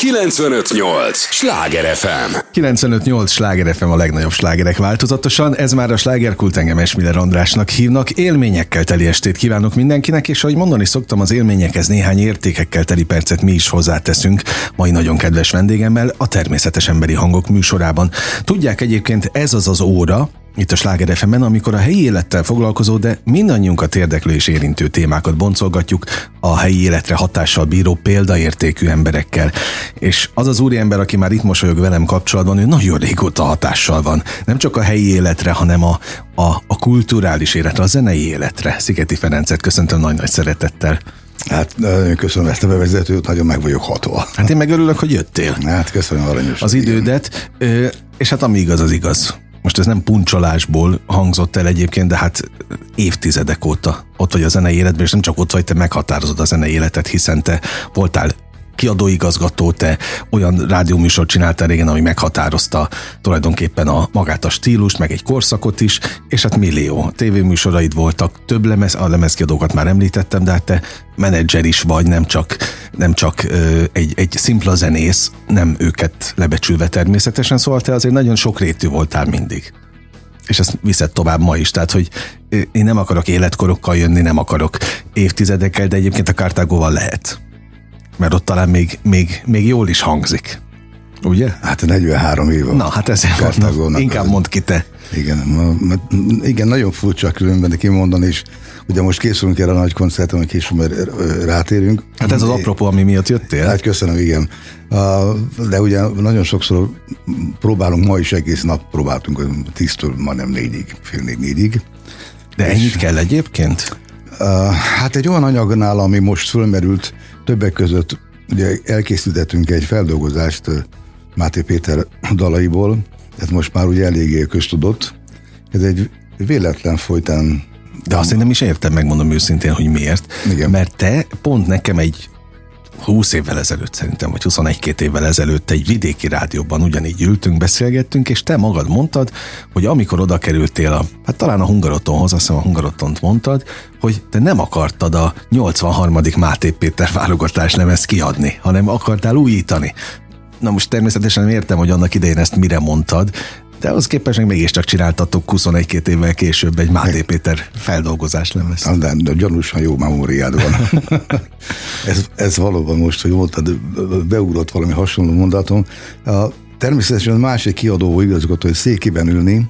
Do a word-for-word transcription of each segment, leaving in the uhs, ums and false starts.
kilencvenöt nyolc Sláger ef em. kilencvenöt nyolc Sláger ef em, a legnagyobb slágerek változatosan. Ez már a Slágerkult, engem Esmiller Andrásnak hívnak. Élményekkel teli estét kívánok mindenkinek, és ahogy mondani szoktam, az élményekhez néhány értékekkel teli percet mi is hozzáteszünk mai nagyon kedves vendégemmel a Természetes Emberi Hangok műsorában. Tudják, egyébként ez az az óra itt a Sláger ef emen, amikor a helyi élettel foglalkozó, de mindannyiunkat érdeklő és érintő témákat boncolgatjuk a helyi életre hatással bíró példaértékű emberekkel. És az az úriember, aki már itt mosolyog velem kapcsolatban, ő nagyon régóta hatással van. Nem csak a helyi életre, hanem a, a, a kulturális életre, a zenei életre. Szigeti Ferencet köszöntöm nagy-nagy szeretettel. Hát nagyon köszönöm ezt a bevezetőt, nagyon meg vagyok hatva. Hát én meg örülök, hogy jöttél. Hát köszönöm aranyos. Az idődet, és hát ami igaz, az igaz. Most ez nem puncsolásból hangzott el egyébként, de hát évtizedek óta ott vagy a zenei életben, és nem csak ott vagy, te meghatározod a zenei életet, hiszen te voltál kiadóigazgató, te olyan rádióműsort csináltál régen, ami meghatározta tulajdonképpen a, magát a stílust, meg egy korszakot is, és hát millió tévéműsoraid voltak, több lemez, a lemezkiadókat már említettem, de hát te menedzser is vagy, nem csak, nem csak ö, egy, egy szimpla zenész, nem őket lebecsülve természetesen, szóval te azért nagyon sokrétű voltál mindig. És ezt viszed tovább ma is, tehát, hogy én nem akarok életkorokkal jönni, nem akarok évtizedekkel, de egyébként a Cartagóval lehet. Mert ott talán még, még, még jól is hangzik. Ugye? Hát negyvenhárom év. Na, hát ezért mondom, inkább mondd ki te. Igen, igen, nagyon furcsa különben kimondani, és ugye most készülünk erre a nagy koncertre, hogy később rátérünk. Hát ez az apropó, ami miatt jöttél? Hát köszönöm, igen. De ugye nagyon sokszor próbálunk, ma is egész nap próbáltunk, tíztől majdnem négyig, fél négy négyig. De ennyit és, kell egyébként? Hát egy olyan anyagnál, ami most fölmerült, többek között ugye elkészítettünk egy feldolgozást Máté Péter dalaiból, tehát most már ugye eléggé köztudott. Ez egy véletlen folytán. De azt én nem is értem, megmondom őszintén, hogy miért. Igen. Mert te pont nekem egy húsz évvel ezelőtt szerintem, vagy huszonegy-két évvel ezelőtt egy vidéki rádióban ugyanígy ültünk, beszélgettünk, és te magad mondtad, hogy amikor oda kerültél a, hát talán a Hungarotonhoz, azt hiszem a Hungarotont mondtad, hogy te nem akartad a nyolcvanharmadik Máté Péter válogatás lemezt kiadni, hanem akartál újítani. Na most természetesen értem, hogy annak idején ezt mire mondtad, de ahhoz képest meg mégiscsak csináltatok huszonegy-két évvel később egy Máté Péter feldolgozás lemezt. De, de gyanúsan jó memóriád van. ez, ez valóban most, hogy mondtad, beugrott valami hasonló mondatom. Természetesen másik kiadó igazgató, hogy székében ülni,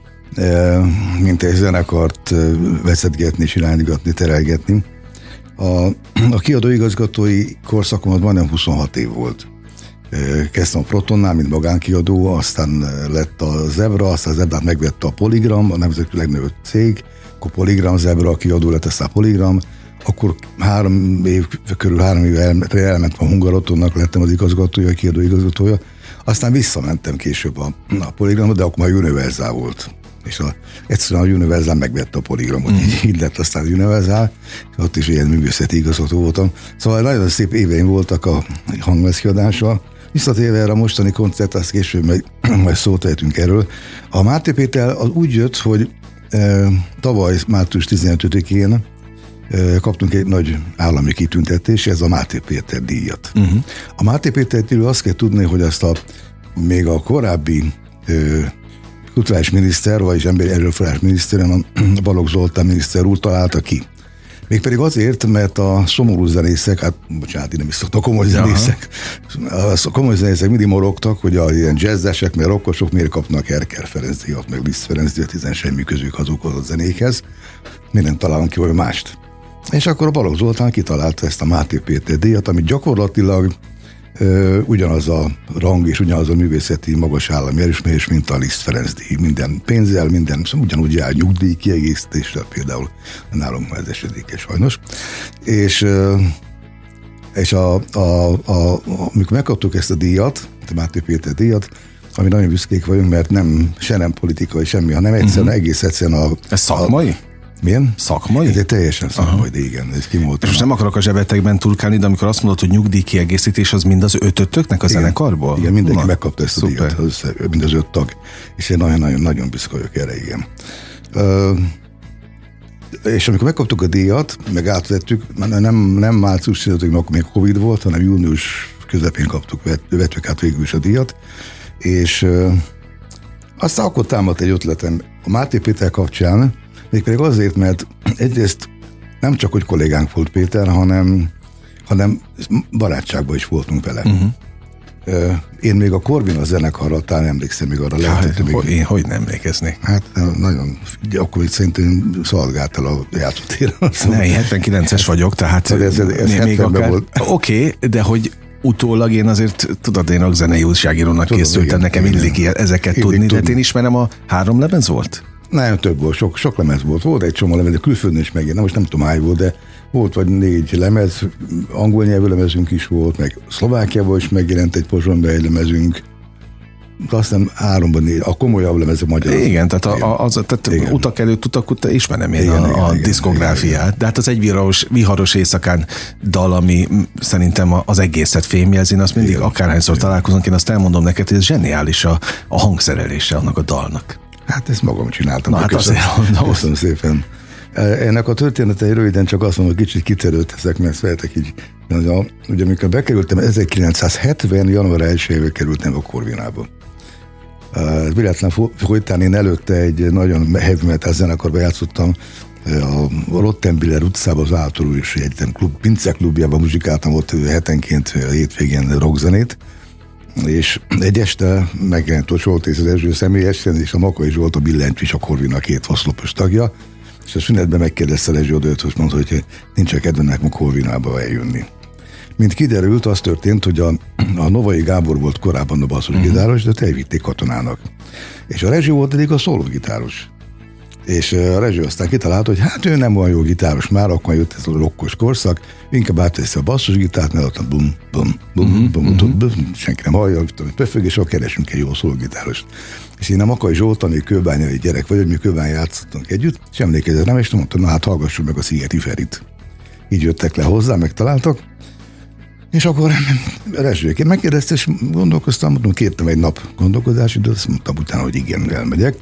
mint egy zenekart vezetgetni, irányítgatni, terelgetni. A, a kiadó igazgatói korszakomat majdnem huszonhat év volt. Kezdtem a Protonnál, mint magánkiadó, aztán lett a Zebra, aztán a Zebrát megvette a Polygram, a nemzetközi legnagyobb cég, akkor Polygram, Zebra, a kiadó lett, aztán a Polygram, akkor három év, körül három év elment a Hungarotonnak, lettem az igazgatója, a kiadó igazgatója, aztán visszamentem később a, a Polygramba, de akkor már Universal volt. És a, egyszerűen a Universal megvette a Polygramot, mm. így, így lett aztán a Universal, és ott is ilyen művészeti igazgató voltam. Szóval nagyon szép éveim voltak a hangmezkiadással. Visszatérve erre a mostani koncert, azt később meg, majd szót ejtünk erről. A Máté Péter az úgy jött, hogy e, tavaly március tizenötödikén e, kaptunk egy nagy állami kitüntetés, ez a Máté Péter díjat. Uh-huh. A Máté Péter díjról azt kell tudni, hogy azt a, még a korábbi e, kulturális miniszter, vagyis emberi erőforrás miniszter, a Balogh Zoltán miniszter úr találta ki. Mégpedig azért, mert a szomorú zenészek, hát bocsánat, én nem is szoktam, komoly zenészek, a komoly zenészek mindig morogtak, hogy a ilyen jazzesek, meg rockosok miért kapnak Erkel Ferenc díjat, meg Liszt Ferenc díjat, hiszen semmi közük azokhoz a zenékhez, miért nem találunk ki valami mást. És akkor a Balogh Zoltán kitalálta ezt a Máté Péter díjat, ami gyakorlatilag ö, ugyanaz a rang és ugyanaz a művészeti magas állami elismerés, mint a Liszt Ferenc díj. Minden pénzzel, minden, szóval ugyanúgy jár nyugdíj kiegészítéssel például, nálunk már ez esedékes sajnos. És, ö, és a, a, a, a, amikor megkaptuk ezt a díjat, a Máté Péter díjat, ami nagyon büszkék vagyunk, mert nem, se nem politikai, semmi, hanem egyszerűen, uh-huh. egész egyszerűen a... Ez szakmai? A, milyen? Szakmai? Ez egy teljesen szakmai, de igen, ez kimoltam. És nem akarok a zsebetekben turkálni, de amikor azt mondod, hogy nyugdíjkiegészítés, az mind az ötötöknek a igen, zenekarból? Igen, mindenki Na, megkapta ezt a díjat, az, mind az öt tag. És én nagyon-nagyon büszke vagyok erre, igen. Uh, és amikor megkaptuk a díjat, meg átvettük, nem, nem március tizenötödikén, akkor még Covid volt, hanem június közepén kaptuk, vettük át végül is a díjat, és ö, aztán akkor támadt egy ötletem a Máté Péter kapcsán, mégpedig azért, mert egyrészt nem csak, hogy kollégánk volt Péter, hanem, hanem barátságban is voltunk vele. Uh-huh. Én még a Corvina zenekarra, talán emlékszem még arra. Ja, lehet, hogy, még, én hogy nem emlékeznék? Hát nagyon, akkor itt szerintem szaladgált el a játszótéren. Ne, én hetvenkilences vagyok, tehát ez, ez, ez még akár... volt. Oké, okay, de hogy utólag én azért, tudod, én rockzenei újságírónak Tudom, készültem, igen, nekem igen. illik ezeket Illik tudni, tudni. de én ismerem, a három lemez volt? Nem, több volt, sok, sok lemez volt. Volt egy csomó lemez, de külföldön is megjelent. Most nem tudom, hány volt, de volt vagy négy lemez, angol nyelvű lemezünk is volt, meg Szlovákiában is megjelent egy Pozsonyban egy lemezünk. De aztán háromban négy, a komolyabb lemezek magyar. Igen, tehát, a, az, tehát igen. utak előtt, utak után ismerem én Igen, a, igen, a igen, diszkográfiát, igen, igen. de hát az egy viharos, viharos éjszakán dal, ami szerintem az egészet fémjelzi, azt mindig Igen. akárhányszor találkozunk, én azt elmondom neked, hogy ez zseniális a, a hangszerelése annak a dalnak. Hát ezt magam csináltam. Na, hát köszönöm, azért mondom. köszönöm szépen. Ennek a történetei röviden csak azt mondom, hogy kicsit kiterült ezek, mert szeretek így. Ugye amikor bekerültem, ezerkilencszázhetven. január elsejével kerültem a Corvinába. Véletlen folytán én előtte egy nagyon heavy metal zenekarban játszottam, a Rottenbiller utcában, az Általános Egyetem klub, Pince klubjában muzsikáltam ott hetenként a hétvégén rockzenét, és egy este megjelent a Soltész az Erzső személyesen, és a Makai Zsolt, a Billentyűs, a Corvina két oszlopos tagja, és a szünetben megkérdezte Erzső odajött, hogy mondta, hogy nincs a kedvenek ma Corvinába eljönni. Mint kiderült, az történt, hogy a, a Novai Gábor volt korábban a basszusgitáros, de elvitték katonának. És a Rezső volt eddig a szólógitáros. És a Rezső aztán kitalálta, hogy hát ő nem olyan jó gitáros már, akkor jött ez a rokkos korszak, inkább átveszi a basszusgitárt, mert ott a bum, bum, bum, bum, bum, bum, senki nem hallja, pöffög, és akkor keresünk egy jó szólógitárost. És én a Makai Zsoltal, még kőbányai gyerek vagyok, mi kőbány játszottunk együtt, és emlékezett nem, és mondtam, na hát hallgassuk meg a Szigeti Ferit. Így jöttek le hozzá, megtaláltak. És akkor Rezsőként megkérdezte, és gondolkoztam, mondom, kértem egy nap gondolkodási időt, azt mondtam utána, hogy igen, elmegyek.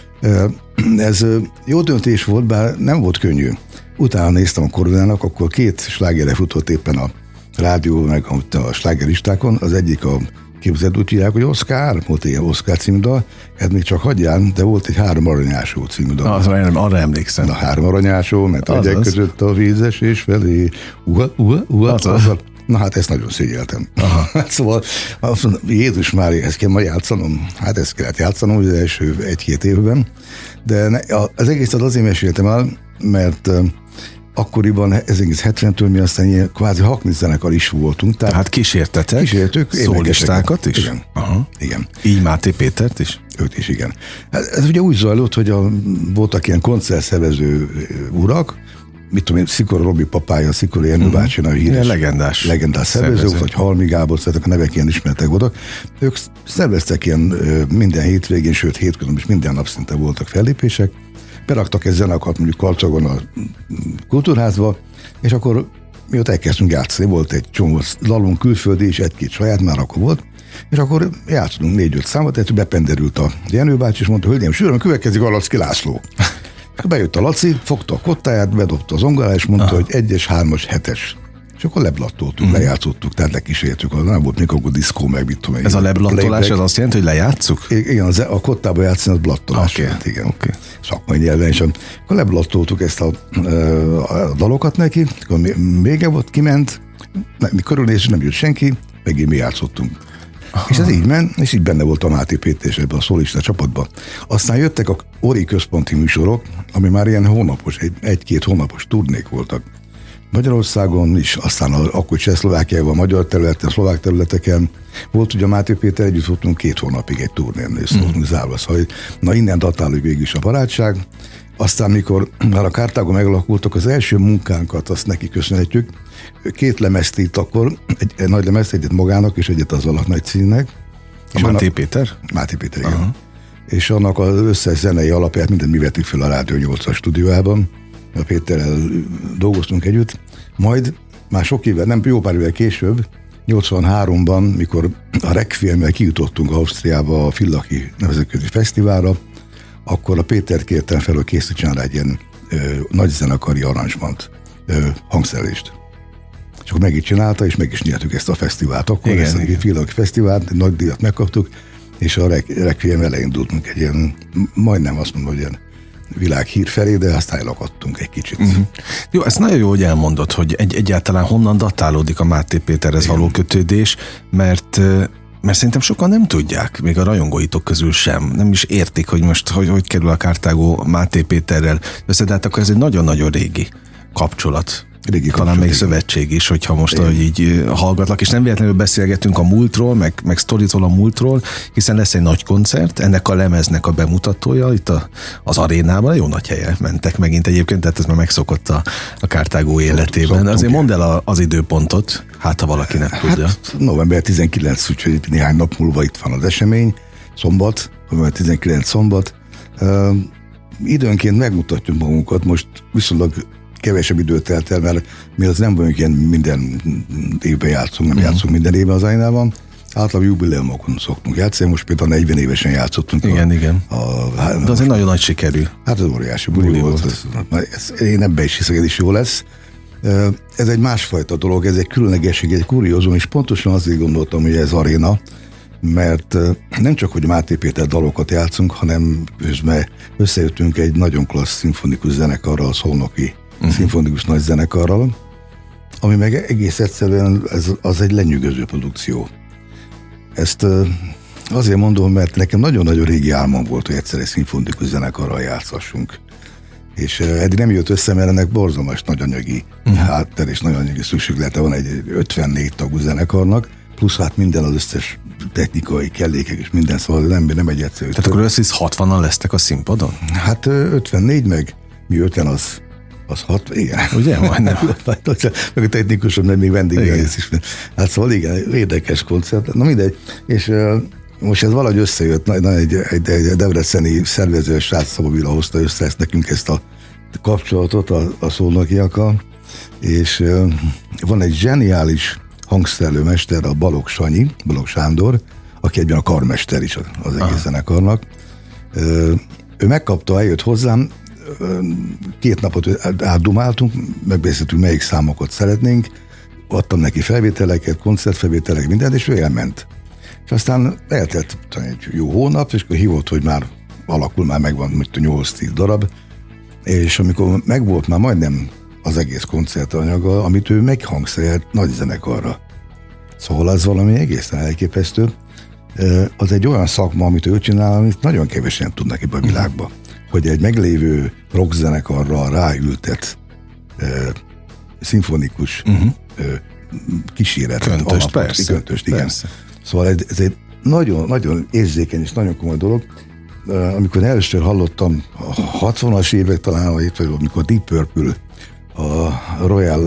Ez jó döntés volt, bár nem volt könnyű. Utána néztem a Corvinának, akkor két slágerre futott éppen a rádió, meg a slágerlistákon. Az egyik a képzeld úgy hívják, hogy Oszkár, volt ilyen Oszkár című dal, ez még csak hagyjál, de volt egy Három aranyásó című dal. Az, arra emlékszem. Na, Három aranyásó, mert a egyek között a vízesés felé, uha, uha, uha, azzal. Na hát ezt nagyon szégyeltem. Szóval azt mondom, Jézus Mária, ezt kell ma játszanom? Hát ezt kellett játszanom az első egy-két évben. De ne, az egészet azért meséltem el, mert akkoriban ezerkilencszázhetventől mi aztán ilyen kvázi hakni zenekar is voltunk. Tehát, tehát kísértetek kísértük, szólistákat is? Igen. Aha. Igen. Így Máté Pétert is? Őt is, igen. Ez, ez ugye úgy zajlott, hogy a, voltak ilyen koncertszervező urak, mit tudom én, Szikora Robi papája, Szikora Jenő uh-huh. bácsi, a híres legendás, legendás szervezők, vagy Halmi Gábor, szóval a nevek ilyen ismertek voltak. Ők szerveztek ilyen minden hétvégén, sőt hétközben is minden nap szinte voltak fellépések. Beraktak egy zenekart mondjuk Karcagon a kultúrházba, és akkor mi ott elkezdtünk játszani. Volt egy csomó dalunk külföldi, és egy-két saját már akkor volt, és akkor játszottunk négy-öt számot, és bependerült a Jenő bácsi, és mondta, hölgyeim, sűrűn, következik a Lacki László. Bejött a Laci, fogta a kottáját, bedobta az ongorát, és mondta, aha, hogy egyes, hármas, hetes. És akkor leblattoltuk, uh-huh. lejátszottuk, tehát lekísértük. Nem volt mikor diszkó, meg mit tudom. Ez a leblattolás, az azt jelenti, hogy lejátszuk? Igen, a kottába játszani, az blattolás. Okay. Jelent, igen. Okay. Szakmai nyelven, és akkor leblattoltuk ezt a, a dalokat neki, akkor vége volt, kiment, mi körülnézés, nem jött senki, megint mi játszottunk. Aha. És ez így ment, és így benne volt a Máté Péter és ebben a szólista csapatban. Aztán jöttek a Ori központi műsorok, ami már ilyen hónapos, egy, egy-két hónapos turnék voltak. Magyarországon is, aztán a, akkor Csehszlovákiában, a magyar területen, a szlovák területeken. Volt ugye Máté Péter, együtt voltunk két hónapig egy turnén, és voltunk mm. zárva. Szóval, na innen datáljuk végig is a barátság. Aztán, mikor már a Kártágon megalakultak, az első munkánkat azt neki köszönhetjük. Két lemezt írt akkor, egy, egy nagy lemezt, egyet magának, és egyet az alatt nagy színnek. A Máté Péter? Máté Péter, igen. Uh-huh. És annak az összes zenei alapját mindent mi vettük fel a Rádió nyolcas stúdiójában. A Péterrel dolgoztunk együtt. Majd már sok évvel, nem jó pár évvel később, nyolcvanháromban, mikor a Requiem-mel kijutottunk Ausztriába a Villaki Nemzetközi Fesztiválra, akkor a Pétert kértem fel, hogy készítsen rá egy ilyen ö, nagy zenekari aranzsmant, ö, hangszerelést. És csak megint csinálta, és meg is nyertük ezt a fesztivált. Akkor igen, ezt a Fillag Fesztivált, egy nagy díjat megkaptuk, és a Requiem elindultunk egy ilyen, majdnem azt mondom, hogy ilyen világhír felé, de aztán elakadtunk egy kicsit. Uh-huh. Jó, ezt nagyon jó, hogy elmondod, hogy egy, egyáltalán honnan datálódik a Máté Péterhez való kötődés, mert mert szerintem sokan nem tudják, még a rajongóitok közül sem. Nem is értik, hogy most hogy, hogy kerül a Kártágó Máté Péterrel össze, de hát akkor ez egy nagyon-nagyon régi kapcsolat. Régi talán kapcsolat, még szövetség is, hogyha most ahogy így hallgatlak, és nem véletlenül beszélgetünk a múltról, meg, meg sztoritól a múltról, hiszen lesz egy nagy koncert, ennek a lemeznek a bemutatója itt a, az arénában, jó nagy helye mentek megint egyébként, tehát ez már megszokott a, a Kártágó életében. De azért mondd el a, az időpontot, hát ha valaki nem tudja. Hát, november tizenkilenc, úgyhogy néhány nap múlva itt van az esemény, szombat, november tizenkilenc szombat. Uh, időnként megmutatjuk magunkat, most viszonylag kevesebb időt telt el, mert mi az nem vagyunk ilyen minden évben játszunk, nem uh-huh. játszunk minden évben az Arénában. Általában jubileumokon szoktunk játszani, most például negyven évesen játszottunk. Igen, a, igen. A, a, de az egy nagyon nagy sikerű. Hát az óriási buli, buli volt. volt. Ez, ez, én ebben is hiszek, ez is jó lesz. Ez egy másfajta dolog, ez egy különlegesség, egy kuriózum, és pontosan azért gondoltam, hogy ez aréna, mert nem csak, hogy Máté Péter dalokat játszunk, hanem közben összejöttünk egy nagyon klassz szimfonikus zenekarral, a szolnoki uh-huh. szimfonikus nagy zenekarral, ami meg egész egyszerűen ez, az egy lenyűgöző produkció. Ezt azért mondom, mert nekem nagyon-nagyon régi álmom volt, hogy egyszer egy szimfonikus zenekarral játszhassunk. És eddig nem jött össze, mert ennek borzalmas nagy anyagi uh-huh. háttér és nagy anyagi szükséglete van egy ötvennégy tagú zenekarnak, plusz hát minden az összes technikai kellékek és minden, szóval nem, nem egy egyszerű. Tehát akkor összes hatvanan lesztek a színpadon? Hát ötvennégy, meg mi öten az, az hat, igen. Ugye, majdnem. Meg a technikusok, meg még vendégrész is. Hát szóval igen, érdekes koncert. Na mindegy, és uh, most ez valahogy összejött, na, na, egy, egy, egy debreceni szervező srác Szabó Béla hozta össze ezt nekünk ezt a kapcsolatot a, a szolnokiakkal, és uh, van egy zseniális hangszerelőmester, a Balogh Sanyi, Balogh Sándor, aki egyben a karmester is az egész zenekarnak. Ő megkapta, eljött hozzám, két napot átdumáltunk, megbeszéltünk, melyik számokat szeretnénk, adtam neki felvételeket, koncertfelvételeket, mindent, és ő elment. És aztán eltelt egy jó hónap, és akkor hívott, hogy már alakul, már megvan, mint a nyolc-tíz darab, és amikor megvolt már majdnem az egész koncertanyaga, amit ő meghangszerelt nagy zenekarra. Szóval az valami egészen elképesztő. Az egy olyan szakma, amit ő csinál, amit nagyon kevesen tudnak ebben a világban. Hogy egy meglévő rockzenekarra ráültet e, szimfonikus uh-huh. e, kíséretet. Köntöst, persze. Köntöst, igen. Persze. Szóval ez, ez egy nagyon, nagyon érzékeny és nagyon komoly dolog. Amikor először hallottam a hatvanas évek talán, vagy amikor Deep Purple a Royal,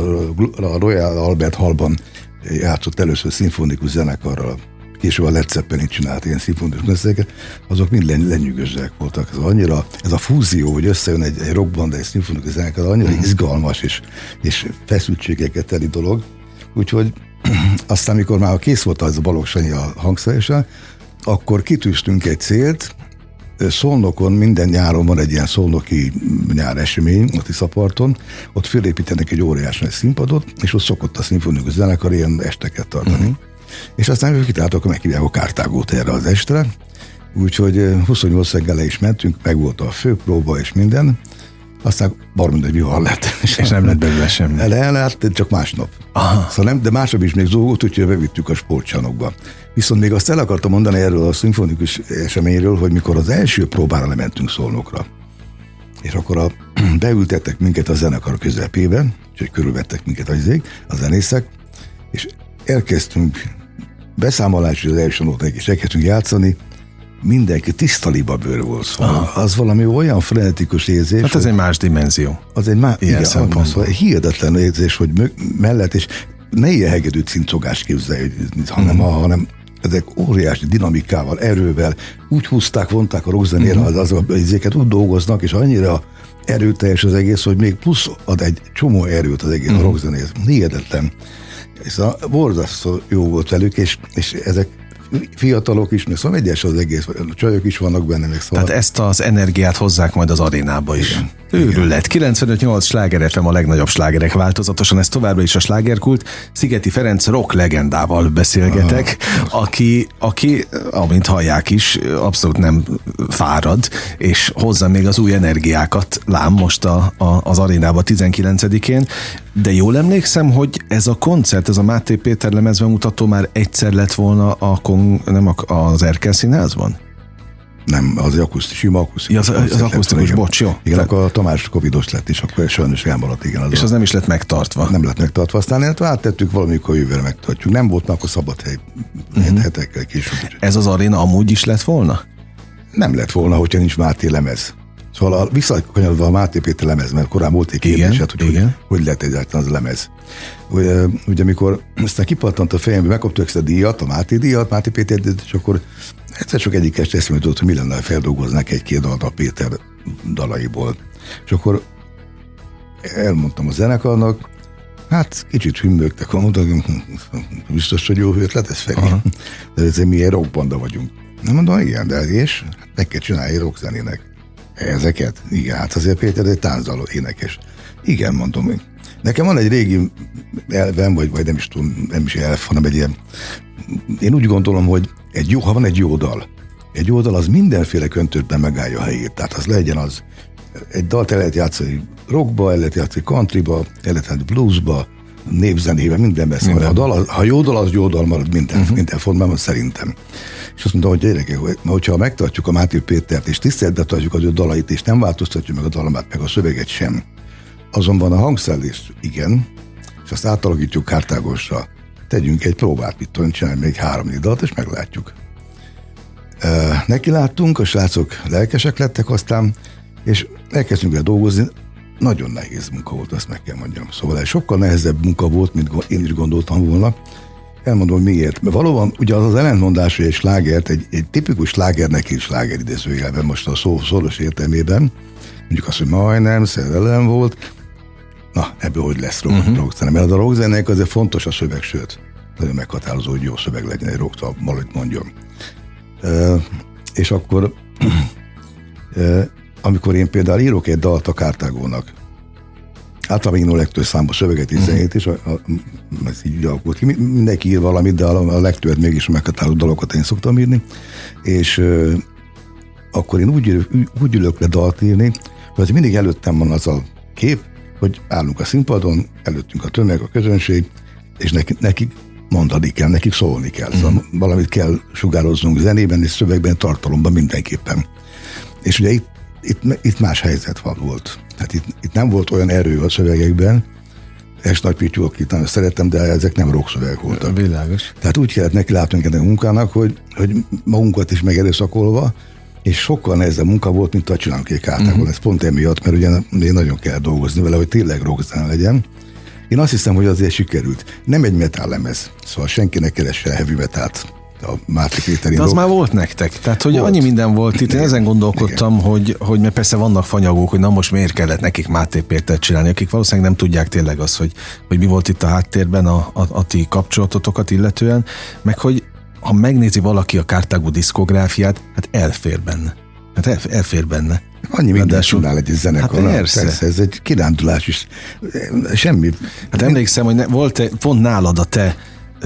a Royal Albert Hallban játszott először szimfonikus zenekarral, később a Led Zeppelin csinált ilyen szimfonikus koncerteket, azok mind lenyűgözőek voltak. Ez annyira, ez a fúzió, hogy összejön egy, egy rockbanda, egy szimfonikus zenekar, annyira uh-huh. izgalmas és, és feszültségeket teli dolog. Úgyhogy aztán, mikor már kész volt az a Balogh Sanyi a hangszeréssel, akkor kitűztünk egy célt. Szolnokon minden nyáron van egy ilyen szolnoki nyár esemény, a Tiszaparton, ott fölépítenek egy óriás nagy színpadot, és ott szokott a szimfonikus zenekar ilyen esteket tartani. Uh-huh. És aztán ők kitáltak, akkor meghívják a Kártágót erre az estre, úgyhogy huszonnyolc reggel le is mentünk, meg volt a főpróba és minden, aztán baromi nagy vihar lett. És nem lett belőle semmi. Le lehet, csak másnap. Aha. Szóval nem, de másnap is még zúgott, úgyhogy bevittük a sportcsarnokba. Viszont még azt el akartam mondani erről a szimfonikus eseményről, hogy mikor az első próbára lementünk Szolnokra, és akkor a, beültettek minket a zenekar közepébe, úgyhogy körülvettek minket a zék, a zenészek, és elkezdtünk beszámolás, az első nóták, és elkezdtünk játszani, mindenki tiszta libabőr volt, szóval az valami olyan frenetikus érzés. Hát ez egy más dimenzió. Az egy más, igen, szóval hihetetlen érzés, hogy mellett, és ne ilyen hegedű cincogást képzelj, hanem, uh-huh. hanem ezek óriási dinamikával, erővel, úgy húzták, vonták a rockzenére uh-huh. az, az izéket, úgy dolgoznak, és annyira erőteljes az egész, hogy még plusz ad egy csomó erőt az egész uh-huh. a rockzenéhez. Hihetetlen. És a borzasztó jó volt velük, és, és ezek fiatalok is, meg szóval egyes az egész, csajok is vannak benne, meg szóval. Tehát ezt az energiát hozzák majd az arénába is. Igen. Őrület. kilencvenöt nyolc Sláger ef em, a legnagyobb slágerek változatosan, ez továbbra is a slágerkult. Szigeti Ferenc rock legendával beszélgetek, ah, aki, aki, amint hallják is, abszolút nem fárad, és hozza még az új energiákat, lám most a, a, az arénába tizenkilencedikén. De jól emlékszem, hogy ez a koncert, ez a Máté Péter lemezbemutató már egyszer lett volna a Kong, nem a, az Erkel Színházban? Nem, az akusztikus, sima akusztikus. Ja, az, az akusztikus, lett, bocs, jó. Igen, Tehát... akkor a Tamás covidos lett, és akkor sajnos elmaradt, igen. Az és az a... nem is lett megtartva. Nem lett megtartva, aztán áttettük valamikor jövőre megtartjuk. Nem volt már akkor szabad hely, uh-huh. hetekkel később. Ez az aréna amúgy is lett volna? Nem lett volna, hogyha nincs Máté lemez. Szóval a, visszakanyarodva a Máté Péter lemez, mert korábban volt egy kérdésed, hogy, hogy hogy lehet egyáltalán az lemez. Ugye, ugye amikor aztán kipattant a fejembe, megkaptuk ezt a díjat, a Máté díjat, Máté Péter díjat, és akkor egyszer csak egyik este eszembe jutott, hogy mi lenne, ha feldolgoznák egy-két dalt a Péter dalaiból. És akkor elmondtam a zenekarnak, hát kicsit hümmögtek, mondtam, biztos, hogy jó ötlet ez felé. Aha. De ezért mi egy rockbanda vagyunk. Nem mondom, igen, de és hát meg kell csinálni rockzenének. Ezeket? Igen, hát azért Péter egy táncdaló énekes. Igen, mondom én. Nekem van egy régi elvem, vagy, vagy nem is tudom, nem is elf, hanem egy ilyen, én úgy gondolom, hogy egy jó, ha van egy jó dal, egy jó dal az mindenféle köntösben megállja a helyét. Tehát az legyen az, egy dalt el lehet játszani rockba, el lehet játszani countryba, el lehet játszani bluesba, népzenébe, mindenben. Minden. Ha, dal, ha jó dal, az jó dal marad minden, uh-huh. minden formában szerintem. És azt mondtam, hogy gyerekek, hogyha megtartjuk a Máté Pétert, és tiszteletbe tartjuk az ő dalait, és nem változtatjuk meg a dalomát, meg a szöveget sem, azonban a hangszerelést igen, és azt átalakítjuk Kártágosra, tegyünk egy próbát, mit tudom, csinálni még három dalt, és meglátjuk. E, neki láttunk, a srácok lelkesek lettek aztán, és elkezdtünk el dolgozni. Nagyon nehéz munka volt, azt meg kell mondjam. Szóval egy sokkal nehezebb munka volt, mint én is gondoltam volna. Elmondom, hogy miért. Mert valóban ugye az az ellentmondás, hogy egy slágert, egy, egy tipikus slágernek is sláger idézőjelben, most a szó szoros értelmében, mondjuk azt, hogy majdnem szerelem volt, na, ebből hogy lesz rock, uh-huh. rockzene. Mert a rockzenének azért fontos a szöveg, sőt, nagyon meghatározó, hogy jó szöveg legyen egy rock, valahogy mondjam. E, és akkor e, amikor én például írok egy dalt a Kártágónak, általában én a legtöbb számba szöveget és zenét, és a, a, ez így alakult ki. Mindenki ír valamit, de a, a legtöbbet mégis meghatározó dalokat én szoktam írni, és ö, akkor én úgy, úgy ülök le dalt írni, hogy mindig előttem van az a kép, hogy állunk a színpadon, előttünk a tömeg, a közönség, és nekik, nekik mondani kell, nekik szólni kell. Mm. Szóval valamit kell sugároznunk zenében és szövegben, tartalomban mindenképpen. És ugye itt Itt, itt más helyzet volt. Tehát itt, itt nem volt olyan erő a szövegekben, és Nagy Pityu, akit nagyon szerettem, de ezek nem rock szövegek voltak. Világos. Tehát úgy kellett neki látnunk ennek a munkának, hogy, hogy magunkat is megerőszakolva, és sokkal nehezebb munka volt, mint a csinálunk egy Kártágon. Uh-huh. Ez pont emiatt, mert ugye én nagyon kell dolgozni vele, hogy tényleg rockzene legyen. Én azt hiszem, hogy azért sikerült. Nem egy metal lemez, szóval senki ne keresse a heavy metalt. A Máté Péter. De az már volt nektek. Tehát, hogy volt. Annyi minden volt itt. Én ezen gondolkodtam, hogy, hogy mert persze vannak fanyagok, hogy na most miért kellett nekik Máté Pétert csinálni, akik valószínűleg nem tudják tényleg azt, hogy, hogy mi volt itt a háttérben a, a, a ti kapcsolatotokat illetően, meg hogy ha megnézi valaki a Kártágó diszkográfiát, hát elfér benne. Hát elf, elfér benne. Annyi minden csinál egy zenekar. Hát persze. persze. Ez egy kirándulás is. Semmi. Hát emlékszem, hogy ne, volt egy, pont nálad a te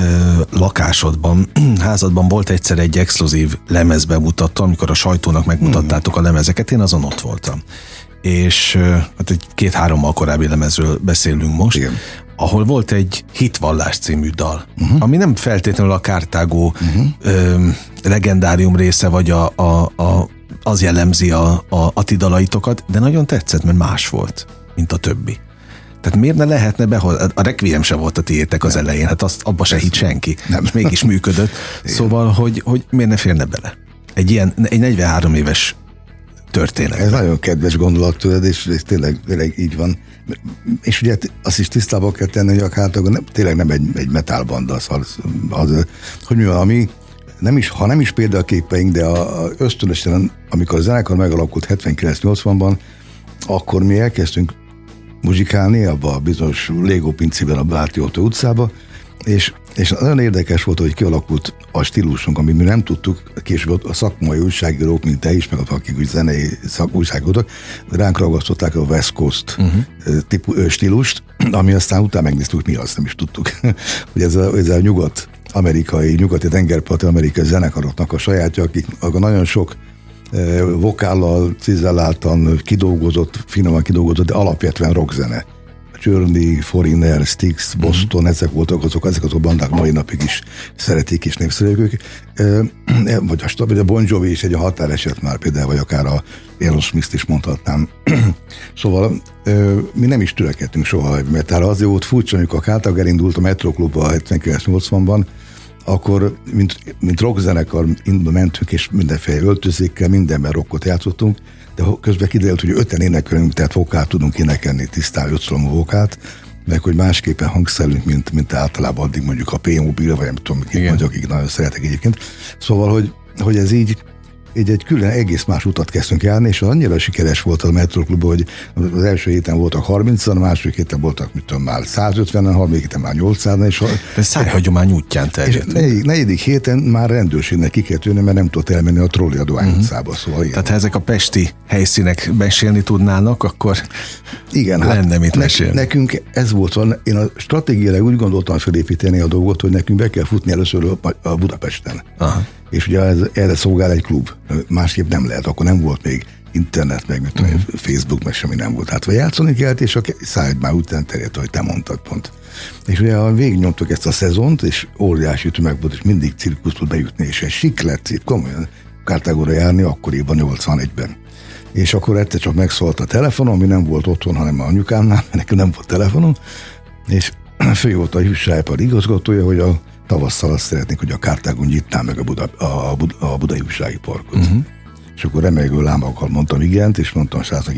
lakásodban, házadban volt egyszer egy exkluzív lemezbemutató, amikor a sajtónak megmutattátok a lemezeket, én azon ott voltam. És hát egy két-hárommal korábbi lemezről beszélünk most, igen. Ahol volt egy Hitvallás című dal, uh-huh. ami nem feltétlenül a Kártágó uh-huh. ö, legendárium része, vagy a, a, a, az jellemzi a, a, a ti dalaitokat, de nagyon tetszett, mert más volt, mint a többi. Tehát miért ne lehetne behozni? A Requiem se volt a tiétek az elején, hát azt abba se hitt senki. Nem. És mégis működött. Szóval, hogy, hogy miért ne férne bele? Egy ilyen, egy negyvenhárom éves történet. Ez nagyon kedves gondolat tőled, és, és tényleg, tényleg így van. És ugye azt is tisztában kell tenni, hogy a Kártágó nem, tényleg nem egy, egy metalbanda, az, az, az, hogy mi van, ami nem is, ha nem is példaképeink, de a, a ösztönösen, amikor a zenekar megalakult hetvenkilenc-nyolcvanban, akkor mi elkezdtünk muzsikálni abba a bizonyos Lego pincében a Bárti Otto utcába, és És nagyon érdekes volt, hogy kialakult a stílusunk, amit mi nem tudtuk, később a szakmai újságírók, mint te is, meg akik úgy zenei szakújságírók, ránk ragasztották a West Coast uh-huh. típú, stílust, ami aztán utána megnéztük, mi azt nem is tudtuk, hogy ez a, ez a nyugat amerikai, nyugati tengerparti amerikai zenekaroknak a sajátja, akik akik nagyon sok eh, vokállal, cizelláltan kidolgozott, finoman kidolgozott, de alapvetően rockzene. Journey, Foreigner, Styx, Boston, mm. ezek voltak azok, ezek azok a bandák mai napig is szeretik és népszerűek ők. E, vagy a, vagy a Bon Jovi is egy a határeset már például, vagy akár a Aerosmith-t is mondhatnám. Szóval e, mi nem is törekedtünk soha, mert azért volt furcsa, amikor a Kártág elindult a Metro Klubba hetvenkilenc nyolcvanban, akkor mint, mint rockzenekar mentünk, és mindenféle öltözékkel, mindenben rockot játszottunk, de közben kiderült, hogy öten énekelünk, tehát vokát tudunk énekelni, tisztán ötszalomú vokát, meg hogy másképpen hangszerünk, mint, mint általában addig mondjuk a P-mobil, vagy nem tudom, kik vagy, akik nagyon szeretek egyébként. Szóval, hogy, hogy ez így, így egy külön egész más utat kezdtünk járni, és annyira sikeres volt a Metro Klub, hogy az első héten voltak harmincan, a második héten voltak, mit tudom, már százötvenen, a harmadik héten már nyolcszázan. És de szájhagyomány útján terjedt. És negyedik héten már rendőrségnek ki kell tűnni, mert nem tudott elmenni a Trolli Adovány uh-huh. utcába. Szóval tehát ha ezek a pesti helyszínek mesélni tudnának, akkor igen, lenne hát mit mesélni. Ne, nekünk ez volt van, én a stratégiailag úgy gondoltam felépíteni a dolgot, hogy nekünk be kell futni először a Budapesten. Aha. És ugye ez, erre szolgál egy klub. Másképp nem lehet, akkor nem volt még internet, meg mit uh-huh. Facebook, meg semmi nem volt. Hát vagy játszani kellett, és a szájt már után terjedt, hogy te mondtad pont. És ugye végignyomtuk ezt a szezont, és óriási tömeg volt, és mindig cirkusz tud bejutni, és egy sik lett, itt komolyan Kártágóra járni, akkoriban nyolcvanegyben. És akkor egyszer csak megszólt a telefonom, ami nem volt otthon, hanem a anyukámnál, mert nekem nem volt telefonom, és fő volt a hűsájpar igazgatója, hogy a tavasszal azt szeretnék, hogy a Kártágon nyitná meg a, Buda, a, Buda, a Budai Újsági Parkot. Uh-huh. És akkor remegő lábakkal mondtam igent, és mondtam a srácnak,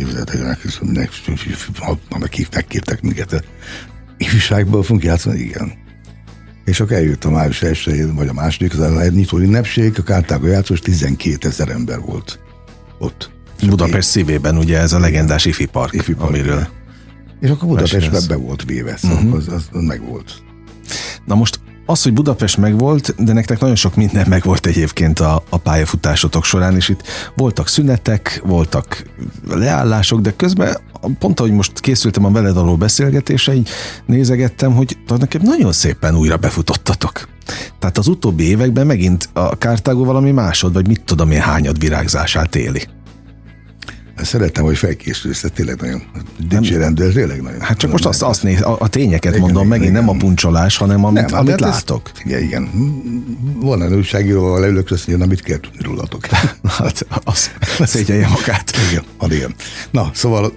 hogy ha megkértek minket, ifjúságból fogunk játszani, igen. És akkor eljött a május elsején, vagy a második, az egy nyitó ünnepség, a Kártágon játszós tizenkétezer ember volt ott. Budapest szívében ugye ez a legendás ifi park, ifi park amiről. És akkor Budapestben be volt véve, szóval uh-huh. az, az, az meg volt. Na most az, hogy Budapest megvolt, de nektek nagyon sok minden megvolt egyébként a, a pályafutásotok során, és itt voltak szünetek, voltak leállások, de közben pont ahogy most készültem a veled való beszélgetésre, így nézegettem, hogy nekem nagyon szépen újra befutottatok. Tehát az utóbbi években megint a Kártágó valami másod, vagy mit tudom én hányad virágzását éli. Szerettem, hogy felkészülsz, ez tényleg nagyon dicsérem, de ez tényleg nagyon. Hát csak most azt, azt néz, a, a tényeket igen, mondom, igen, megint igen. Nem a puncsolás, hanem amit, nem, amit látok. Ez, igen, igen. Van egy újságíróval leülök, azt mondja, mit kell tudni rólatok. Hát az szégyelje magát. Igen, van igen. Na, szóval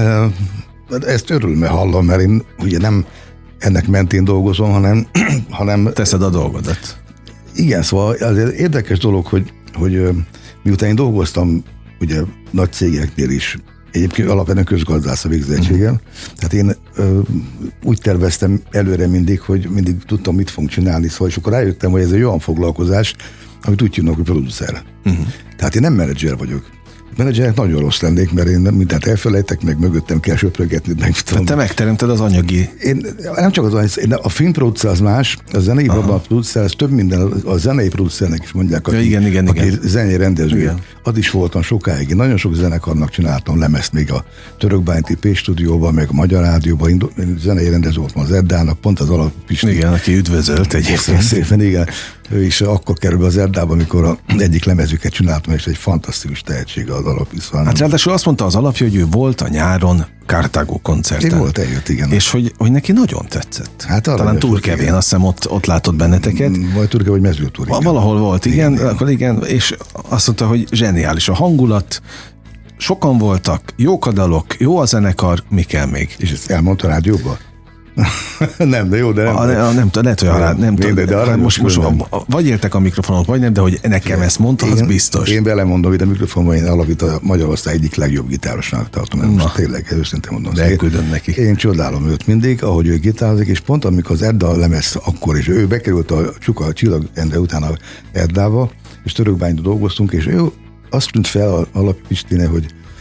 ezt örülme hallom, mert én ugye nem ennek mentén dolgozom, hanem... hanem teszed a dolgodat. Igen, szóval azért érdekes dolog, hogy, hogy miután én dolgoztam ugye nagy cégeknél is, egyébként alapvetően közgazdász a végzettségem, uh-huh. tehát én ö, úgy terveztem előre mindig, hogy mindig tudtam, mit fogunk csinálni, szóval és akkor rájöttem, hogy ez egy olyan foglalkozás, amit úgy hívnak, hogy producer. Uh-huh. Tehát én nem menedzser vagyok. Menedzsernek nagyon rossz lennék, mert én mindent elfelejtek, meg mögöttem kell söprögetni. Meg tudom. Te megteremted az anyagi... Én, nem csak az anyagi, a filmproducer az más, a zenei producer, az több minden, a zenei producernek is mondják, aki, ja, igen, igen, aki igen. zenei rendező. Az is voltam sokáig. Én nagyon sok zenekarnak csináltam lemezt, még a Törökbányti P-stúdióban, meg a Magyar Rádióban, zenei rendező voltam az Eddának, pont az Alappisti. Igen, aki üdvözölt egyébként. Szépen, igen. Ő is akkor kerül be az Erdába, amikor a egyik lemezüket csináltam, és egy fantasztikus tehetség az Alapviszont. Hát ráadásul azt mondta az alapja, hogy ő volt a nyáron Kártágó koncerten. Én volt, eljött, igen. És hogy, hogy neki nagyon tetszett. Hát talán Turkevén, azt hiszem ott, ott látott benneteket. Vagy Turkevén, vagy Mezőtúr, igen. Valahol volt, igen, igen, akkor igen, és azt mondta, hogy zseniális a hangulat, sokan voltak, jók a dalok, jó a zenekar, mi kell még? És ezt elmondta a rádióban? nem, de jó, de nem. A, nem, nem, lehet, hogy nem, nem tudom. De arra most, most nem. Vagy éltek a mikrofonok, vagy nem, de hogy nekem ezt mondta, az biztos. Én belemondom, hogy a mikrofonban én alapít a Magyarország egyik legjobb gitárosnak tartom. Nem, most tényleg, őszintén mondom. De elküldöm neki. Én csodálom őt mindig, ahogy ő gitározik, és pont amikor az Edda lemez akkor is, ő bekerült a Csuka, a Csillag Endre után a Eddába, és Törökbányiba dolgoztunk, és ő azt tűnt fel a Alapistine, hogy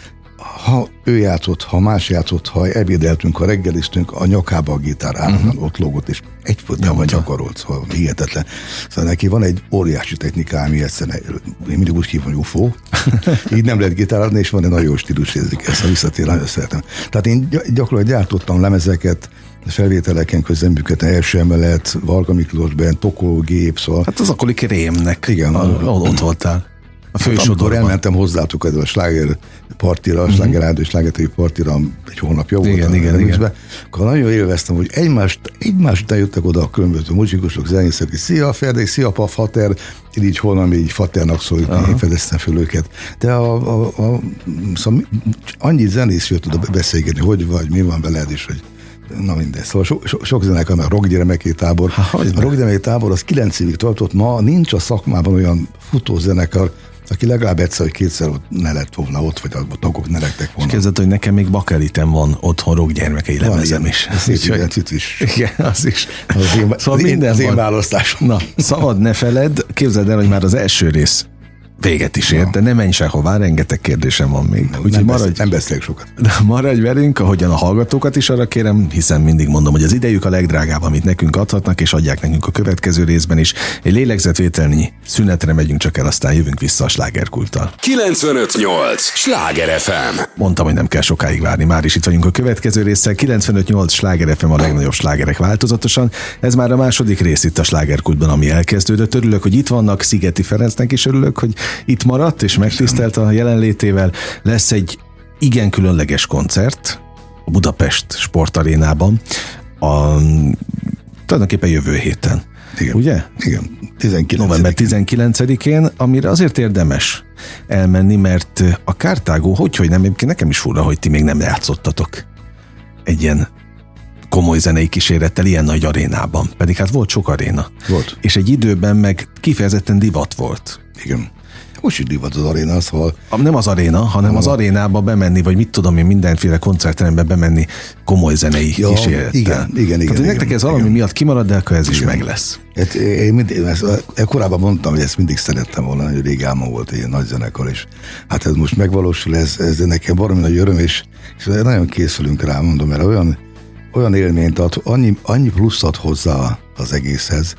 ha ő játszott, ha más játszott, ha ebédeltünk, ha reggeliztünk, a nyakába a gitár állandóan uh-huh. ott lógott, és egyfolytában gyakorolt, szóval hihetetlen. Szóval neki van egy óriási technikája, ami egyszerűen, én mindig úgy hívom, hogy ufó, így nem lehet gitározni, és van egy nagyon jó stílus, érzik ezt, a visszatér, nagyon szeretem. Tehát én gyakorlatilag gyártottam lemezeket, felvételeken közben működtem, első emelet, Varga Miklósben, Tokó-gép, szóval... Hát az akkori rémnek. Igen. A, ott voltál. A hát amikor elmentem hozzátok a sláger partira, a sláger rádió és slágertői partira egy hónapja volt. Igen, igen, igen. Akkor nagyon élveztem, hogy egymást, egymást után jöttek oda a különböző muzsikusok, zenészek, hogy szia Ferdék, szia pa, fater, így holnap így faternak szólít, én fedeztem föl őket. De a, a, a, szóval annyi zenész jött oda beszélgetni, hogy vagy, mi van veled is, hogy na mindegy. Szóval so, so, sok zenekar, meg a rockgyermeki tábor. Ha, a rockgyermeki tábor az kilenc évig tartott, ma nincs a szakmában olyan futózenekar, aki legalább egyszer, vagy kétszer ott ne lett volna ott, vagy a tagok ne lettek volna. És képzeld, hogy nekem még bakelitem van otthon rockgyermekei lemezem is. Szép ilyen cicis. Igen, az is. Az én, szóval az minden az én van. Választásom. Na, szabad ne feledd, képzeld el, hogy már az első rész véget is ért, de ne menj sehová, rengeteg kérdésem van még. Úgyhogy nem, maradj, beszél, nem beszélek sokat. De maradj velünk, ahogyan a hallgatókat is arra kérem, hiszen mindig mondom, hogy az idejük a legdrágább, amit nekünk adhatnak, és adják nekünk a következő részben is. Egy lélegzetvételnyi szünetre megyünk csak el, aztán jövünk vissza a slágerkulttal. kilencvenöt nyolc Sláger ef em. Mondtam, hogy nem kell sokáig várni, már is itt vagyunk a következő résszel. kilencvenöt nyolc Sláger ef em, a legnagyobb slágerek változatosan. Ez már a második rész itt a slágerkultban, ami elkezdődött. Örülök, hogy itt vannak, Szigeti Ferencnek is örülök, hogy itt maradt, és megtisztelt a jelenlétével. Lesz egy igen különleges koncert a Budapest Sportarénában, a, tulajdonképpen jövő héten. Igen. Ugye? Igen. tizenkilencedikén november tizenkilencedikén, amire azért érdemes elmenni, mert a Kártágó, hogy, hogy nem, nekem is fura, hogy ti még nem játszottatok egy ilyen komoly zenei kísérettel ilyen nagy arénában. Pedig hát volt sok aréna. Volt. És egy időben meg kifejezetten divat volt. Igen. Most is divat az aréna, szóval... Nem az aréna, hanem az arénába bemenni, vagy mit tudom én, mindenféle koncertterembe bemenni komoly zenei ja, kísérettel. Igen, igen, igen. Tehát, nektek ez igen. valami miatt kimarad, de akkor ez igen. is meg lesz. Hát, én mindig, ezt, korábban mondtam, hogy ezt mindig szerettem volna, hogy rég álmom volt egy nagy zenekar, és hát ez most megvalósul, ez, ez nekem valami nagy öröm, és, és nagyon készülünk rá, mondom, mert olyan, olyan élményt ad, annyi, annyi plusz ad hozzá az egészhez,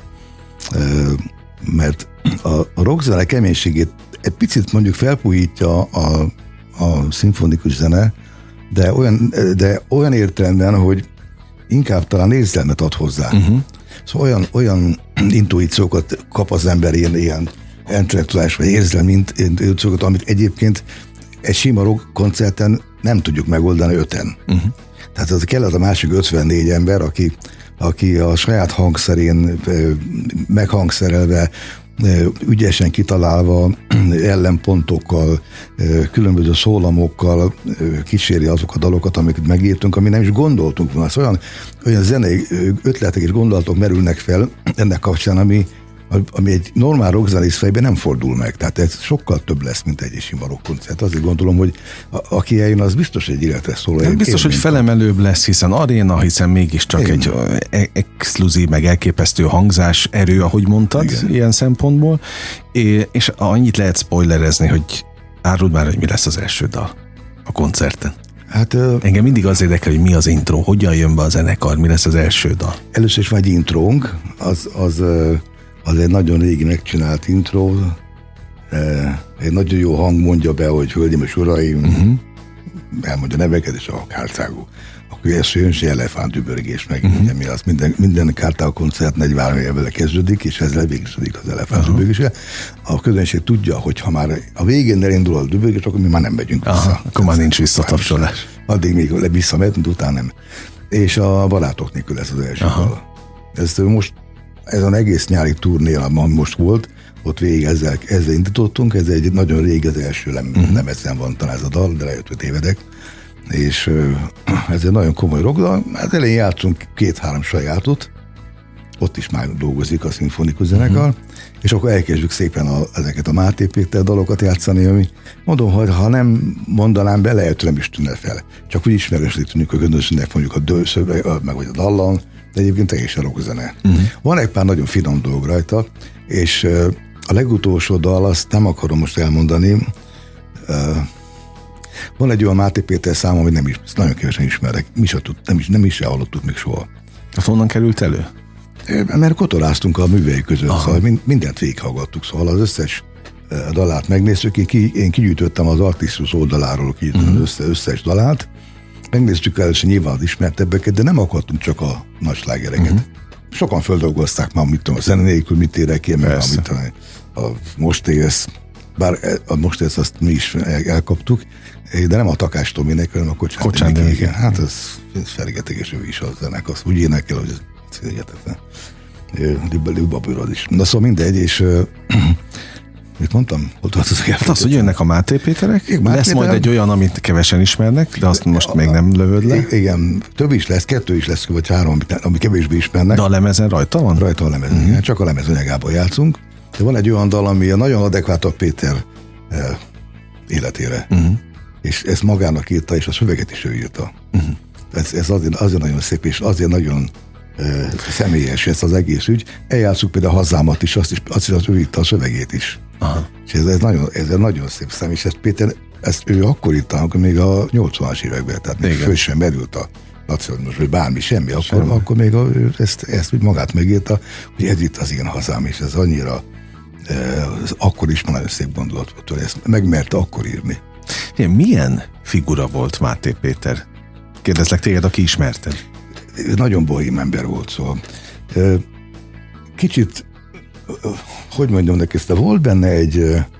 mert a, a rockzene keménységét egy picit mondjuk felpújítja a, a szimfonikus zene, de olyan, de olyan értelemben, hogy inkább talán érzelmet ad hozzá. Uh-huh. Szóval olyan, olyan intuíciókat kap az ember, ilyen, ilyen intellektuális vagy érzelmi intuíciókat, amit egyébként egy sima rock koncerten nem tudjuk megoldani öten. Uh-huh. Tehát az kell az a másik ötvennégy ember, aki, aki a saját hangszerén meghangszerelve, ügyesen kitalálva, ellenpontokkal, különböző szólamokkal kíséri azok a dalokat, amiket megírtunk, ami nem is gondoltunk volna. Szóval olyan, olyan zenei ötletek és gondolatok merülnek fel ennek kapcsán, ami, ami egy normál rockzenész fejben nem fordul meg. Tehát ez sokkal több lesz, mint egy sima rockkoncert. Azért gondolom, hogy a, aki eljön, az biztos egy életre szól. Egy biztos, hogy felemelőbb lesz, hiszen aréna, hiszen mégiscsak igen. egy exkluzív, meg elképesztő hangzás erő, ahogy mondtad, igen. ilyen szempontból. És annyit lehet spoilerezni, hogy áruld már, hogy mi lesz az első dal a koncerten. Hát, engem mindig az érdekel, hogy mi az intro, hogyan jön be a zenekar, mi lesz az első dal. Először is van egy intrónk, az, az az egy nagyon régi megcsinált intro, egy nagyon jó hang mondja be, hogy hölgyeim és uraim, uh-huh. elmondja neveket, és a Kártágó. Akkor ez jön, és elefántübörgés meg. Uh-huh. Mi az minden, minden Kártágó koncert negyvenhárom évvel kezdődik, és ezzel végződik az elefántübörgése. Uh-huh. A közönség tudja, hogy ha már a végén elindul a dübörgés, akkor mi már nem megyünk vissza. Aha, akkor már nincs visszatapsolás. Addig még visszamehetünk, utána nem. És a barátok nélkül lesz az első dal. Ez most Ez az egész nyári turné, ami most volt, ott végig ezzel, ezzel indítottunk, ez egy nagyon rég az első lem, uh-huh. lemezen van talán ez a dal, de lehet, hogy tévedek, és uh, ez egy nagyon komoly rock, de hát elején játszunk két-három sajátot, ott is már dolgozik a szimfonikus zenekar, uh-huh. és akkor elkezdjük szépen a, ezeket a Máté Péter dalokat játszani, ami mondom, hogy ha nem mondanám be, lehet, hogy nem is tűnne fel. Csak úgy ismeresítünk a gönösnek mondjuk a dőszöveg, meg vagy a dallam, de egyébként teljesen rockzene. Uh-huh. Van egy pár nagyon finom dolog rajta, és uh, a legutolsó dal, azt nem akarom most elmondani, uh, Van egy olyan Máté Péter szám, amit nem is, nagyon kevesen ismerek, mi se tud, nem is, nem is se hallottuk még soha. Az honnan került elő? Mert kotoráztunk a művei között, aha, szóval mindent végighallgattuk, szóval az összes dalát megnéztük, én, ki, én kigyűjtöttem az Artistus oldaláról kigyűjtöttem uh-huh. az összes, összes dalát, megnéztük először nyilván az ismertebbeket, de nem akartunk csak a nagy slágereket. Uh-huh. Sokan földolgozták már, mit tudom, a zene nélkül mit érek én, meg amit a, a most élsz, bár a most élsz azt mi is elkaptuk, de nem a Takás Tominek, hanem a Kocsán, Kocsán Denik, igen. Hát ez, ez felgeteges, ő is a zenek, azt úgy énekel, hogy ez hihetetlen. Libabőrad is. Na szóval mindegy, és mit mondtam? Ott az az, hát az, hogy jönnek a Máté Péterek, Máté lesz Péter, majd egy olyan, amit kevesen ismernek, de azt most a, még nem lövöd le. Igen, több is lesz, kettő is lesz, vagy három, ami kevésbé ismernek. De a lemezen rajta van? Rajta a lemezen, uh-huh. igen, csak a lemezanyagában játszunk. De van egy olyan dal, ami a nagyon adekvát a Péter eh, életére. Uh-huh. És ezt magának írta, és a szöveget is ő írta. Uh-huh. Ez, ez azért, azért nagyon szép, és azért nagyon eh, személyes ez az egész ügy. Eljátszuk például a Hazámat is, azt is, azt is az ő írta a szövegét is. Aha. És ez, ez, nagyon, ez egy nagyon szép szám, és ezt Péter, ezt ő akkor írta, amikor még a nyolcvanas években, tehát még föl sem merült a nacionalizmus, vagy bármi, semmi, akkor, semmi. akkor még a, ezt, ezt úgy magát megírta, hogy ez itt az én hazám, és ez annyira ez akkor is nagyon szép gondolat volt, hogy ezt megmerte akkor írni. Igen, milyen figura volt Máté Péter? Kérdezlek téged, aki ismerted. Nagyon bohém ember volt, szóval kicsit, hogy mondjam neki, ezt volt benne egy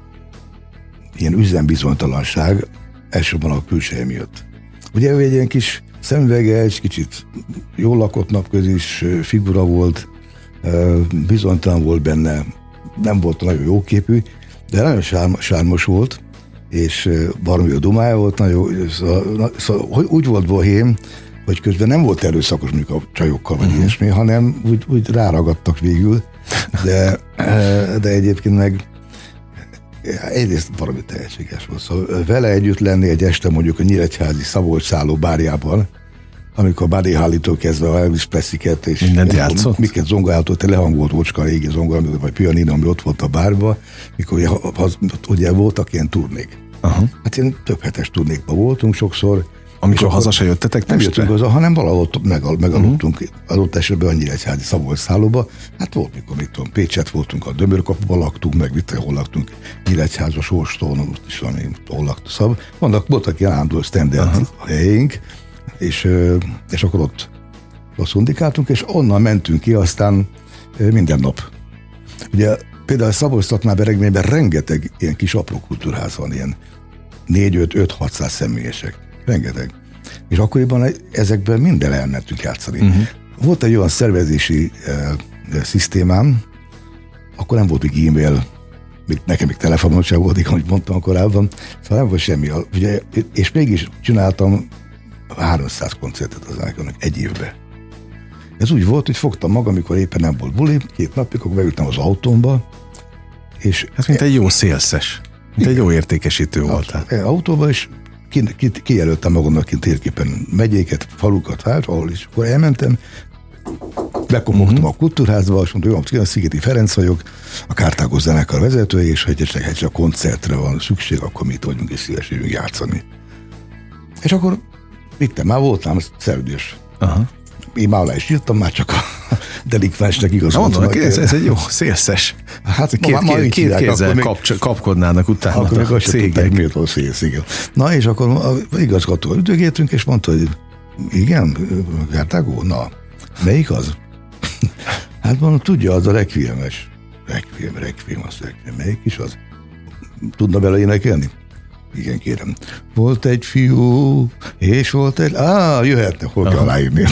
ilyen üzembizonytalanság, elsősorban a külseje miatt. Ugye ő egy ilyen kis szemüveges, kicsit jól lakott napközis figura volt, bizonytalan volt benne, nem volt nagyon jóképű, de nagyon sárm, sármos volt, és baromi a dumája volt, nagyon, szóval, szóval úgy volt bohém, hogy közben nem volt erőszakos mondjuk a csajokkal, vagy uh-huh. ilyesmi, hanem úgy, úgy ráragadtak végül, de, de egyébként meg egyrészt valami tehetséges volt. Szóval vele együtt lenni egy este mondjuk a nyíregyházi Szabolcs szálló bárjában, amikor Buddy Holly-tól kezdve a Elvis Presley-ket, és mindent játszott? Miket zongoráltól, te lehangolt Ocska régi zongor, vagy pianino, ami ott volt a bárban, mikor ugye, az, ugye voltak ilyen turnék. Uh-huh. Hát ilyen több hetes turnékban voltunk sokszor. Amikor haza se jöttetek nem jöttünk haza, hanem valahol megal, megaludtunk, uh-huh. az ott esetben a nyíregyházi Szabolcs szállóba. Hát volt, mikor mit tudom, Pécset voltunk, a Dömörkapuban laktunk, meg mit, hol laktunk, Nyíregyházba, Sóstón, ott is valami, hol laktunk. Szóval vannak, voltak ilyen állandó standard uh-huh. helyénk, és, és akkor ott, ott szundikáltunk, és onnan mentünk ki aztán minden nap. Ugye például Szabolcs-Szatmár-Beregményben rengeteg ilyen kis apró kultúrház van, ilyen négy-öt-öt-hatszáz személyesek. Rengeteg. És akkoriban ezekben minden elmentünk játszani. Uh-huh. Volt egy olyan szervezési e, e, szisztémám, akkor nem volt még e-mail, még, nekem még telefonon sem volt, ahogy mondtam korábban, szóval nem volt semmi. Ugye, és mégis csináltam háromszáz koncertet az zenekarnak egy évben. Ez úgy volt, hogy fogtam magam, amikor éppen nem volt buli, két napig, akkor beültem az autómba, és... Ez mint egy jó szélszes, mint igen, egy jó értékesítő voltál. Autóba, és ki, ki, kijelöltem magamnak kint térképen megyéket, falukat, vált, ahol is. Akkor elmentem, bekopogtam uh-huh. a kultúrházba, és mondtam, hogy Szigeti Ferenc vagyok, a Kártágos zenekar vezetője, és ha esetleg egy csak koncertre van szükség, akkor mi tudjunk és szívesen játszani. És akkor itt már voltam szerződés. Uh-huh. Én már alá is írtam, már csak a delikvensnek igazoltam. Mondom, ez, ez egy jó szélszes. Hát két, ma, két, két kézzel még, kap, kapkodnának utána akkor a, a cégek. Miért volt szélsz, igen. Na, és akkor a igazgatóval üdögéltünk, és mondta, hogy igen, Kártágó, na, melyik az? Hát mondom, tudja, az a Requiemes. Requiem, Requiem, az Requiem. Melyik is az? Tudna bele énekelni? Igen, kérem. Volt egy fiú, és volt egy... Á, jöhetne, hol kell aláírni.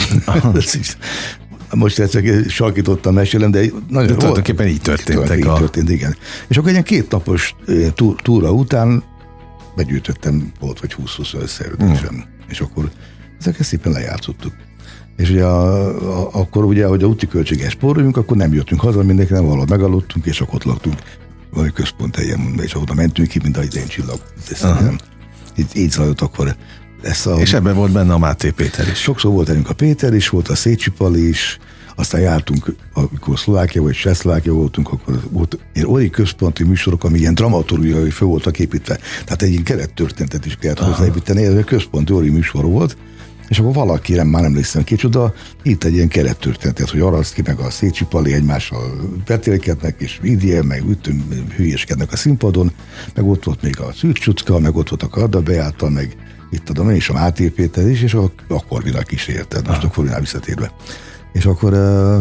Most ezt sarkítottam, mesélem, de nagyon de tulajdonképpen így történtek. Így a... történt, igen. És akkor egy ilyen két napos túra után begyűjtöttem, volt vagy húsz-huszonöt szerződésem. Hmm. És akkor ezeket szépen lejátszottuk. És ugye a, a, akkor ugye, hogy a úti költséges spóroljunk, akkor nem jöttünk haza, mindenki nem valahol megaludtunk, és akkor ott laktunk. Valami központ helyen, és oda mentünk ki, mint ahogy én csillag. Így, így zajlott akkor. A... És ebben volt benne a Máté Péter is. Sokszor volt elünk a Péter is, volt a Szécsi Pali is, aztán jártunk, amikor Szlovákia vagy Csehszlovákia voltunk, akkor volt ilyen olyan központi műsorok, ami ilyen dramaturgiai föl voltak építve. Tehát egy ilyen kerettörténetet is kellett hozzáépíteni, ez egy központi óri műsor volt, és akkor valaki, nem, már emlékszem kicsoda, itt egy ilyen kerettörténetet, hogy Araszki meg a Szécsi Pali egymással vetélkednek, és Vidiel, meg ütünk, hülyéskednek a színpadon, meg ott volt még a Szűcs Csucka, meg ott volt a Karda Beáta, meg itt adom én is a Máté Péter is, és a, a Korvinál kísérted, most a Korvinál visszatérve. És akkor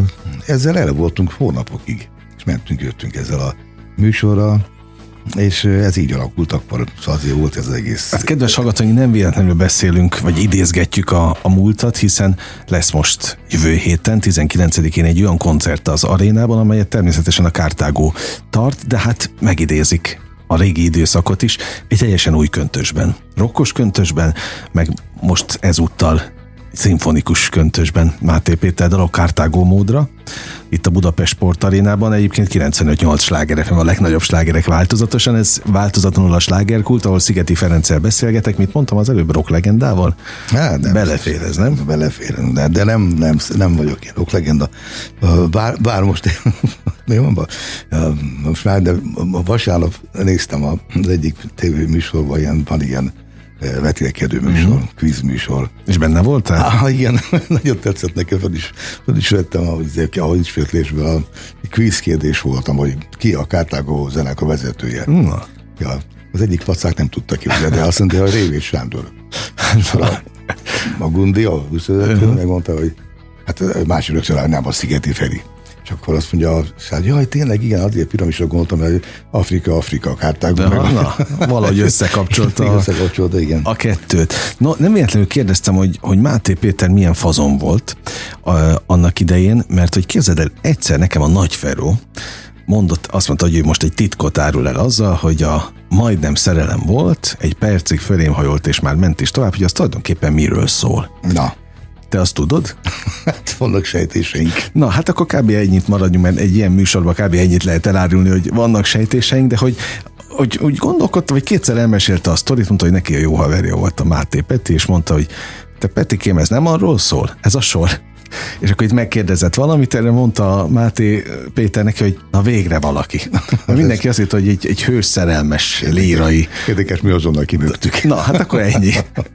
ezzel el voltunk hónapokig, és mentünk, jöttünk ezzel a műsorral, és ez így alakult akkor, szóval azért volt ez az egész. Hát kedves hallgatóink, nem véletlenül beszélünk, vagy idézgetjük a, a múltat, hiszen lesz most jövő héten, tizenkilencedikén egy olyan koncert az arénában, amelyet természetesen a Carthago tart, de hát megidézik a régi időszakot is, egy teljesen új köntösben. Rokkos köntösben, meg most ezúttal szimfonikus köntösben Máté Péter dal a Carthago módra, itt a Budapest Sport Arénában, egyébként kilencvenöt nyolc Sláger ef em, a legnagyobb slágerek változatosan, ez változatlanul a slágerkult, ahol Szigeti Ferenccel beszélgetek, mit mondtam az előbb, rock legendával? Hát, nem, belefér ez, nem? Belefér, de, de nem, nem, nem vagyok ilyen rock legenda. Bár, bár most, mi van, most már, de vasárnap néztem az egyik tévéműsorban, ilyen, van ilyen vetélkedő műsor, mm-hmm. kvíz műsor. És benne voltál? Ah, igen, nagyon tetszett nekem, fel is, fel is vettem, ahogy, ahogy ismétlésből a kvíz kérdés voltam, hogy ki a Carthago zenekar vezetője. Mm. Ja, az egyik pacák nem tudta ki, de azt mondta, hogy Révész Sándor. a, a Gundi, a húszvezető, uh-huh. megmondta, hogy hát másik rögtön nem a Szigeti Feri. És akkor azt mondja, hogy jaj, tényleg igen, azért piramisra gondoltam, hogy Afrika, Afrika, Carthago. Na, na, valahogy összekapcsolta, összekapcsolta igen. a kettőt. No, nem véletlenül kérdeztem, hogy, hogy Máté Péter milyen fazon volt a, annak idején, mert hogy képzeld el, egyszer nekem a Nagyferó mondott, azt mondta, hogy ő most egy titkot árul el azzal, hogy a majdnem szerelem volt, egy percig fölém hajolt, és már ment is tovább, hogy az tulajdonképpen miről szól. Na. Te azt tudod? Hát vannak sejtéseink. Na, hát akkor kb. Ennyit maradjunk, mert egy ilyen műsorban kb. Ennyit lehet elárulni, hogy vannak sejtéseink, de hogy, hogy úgy gondolkodtam, hogy kétszer elmesélte a sztorit, mondta, hogy neki a jó haverja volt a Máté Peti, és mondta, hogy te Petikém, ez nem arról szól? Ez a sor? És akkor itt megkérdezett valamit, erre mondta a Máté Péter neki, hogy na végre valaki. Mindenki azt hitt, hogy egy, egy hős szerelmes lírai. Érdekes, mi azonnal kimögtük. Na, hát akkor ennyi.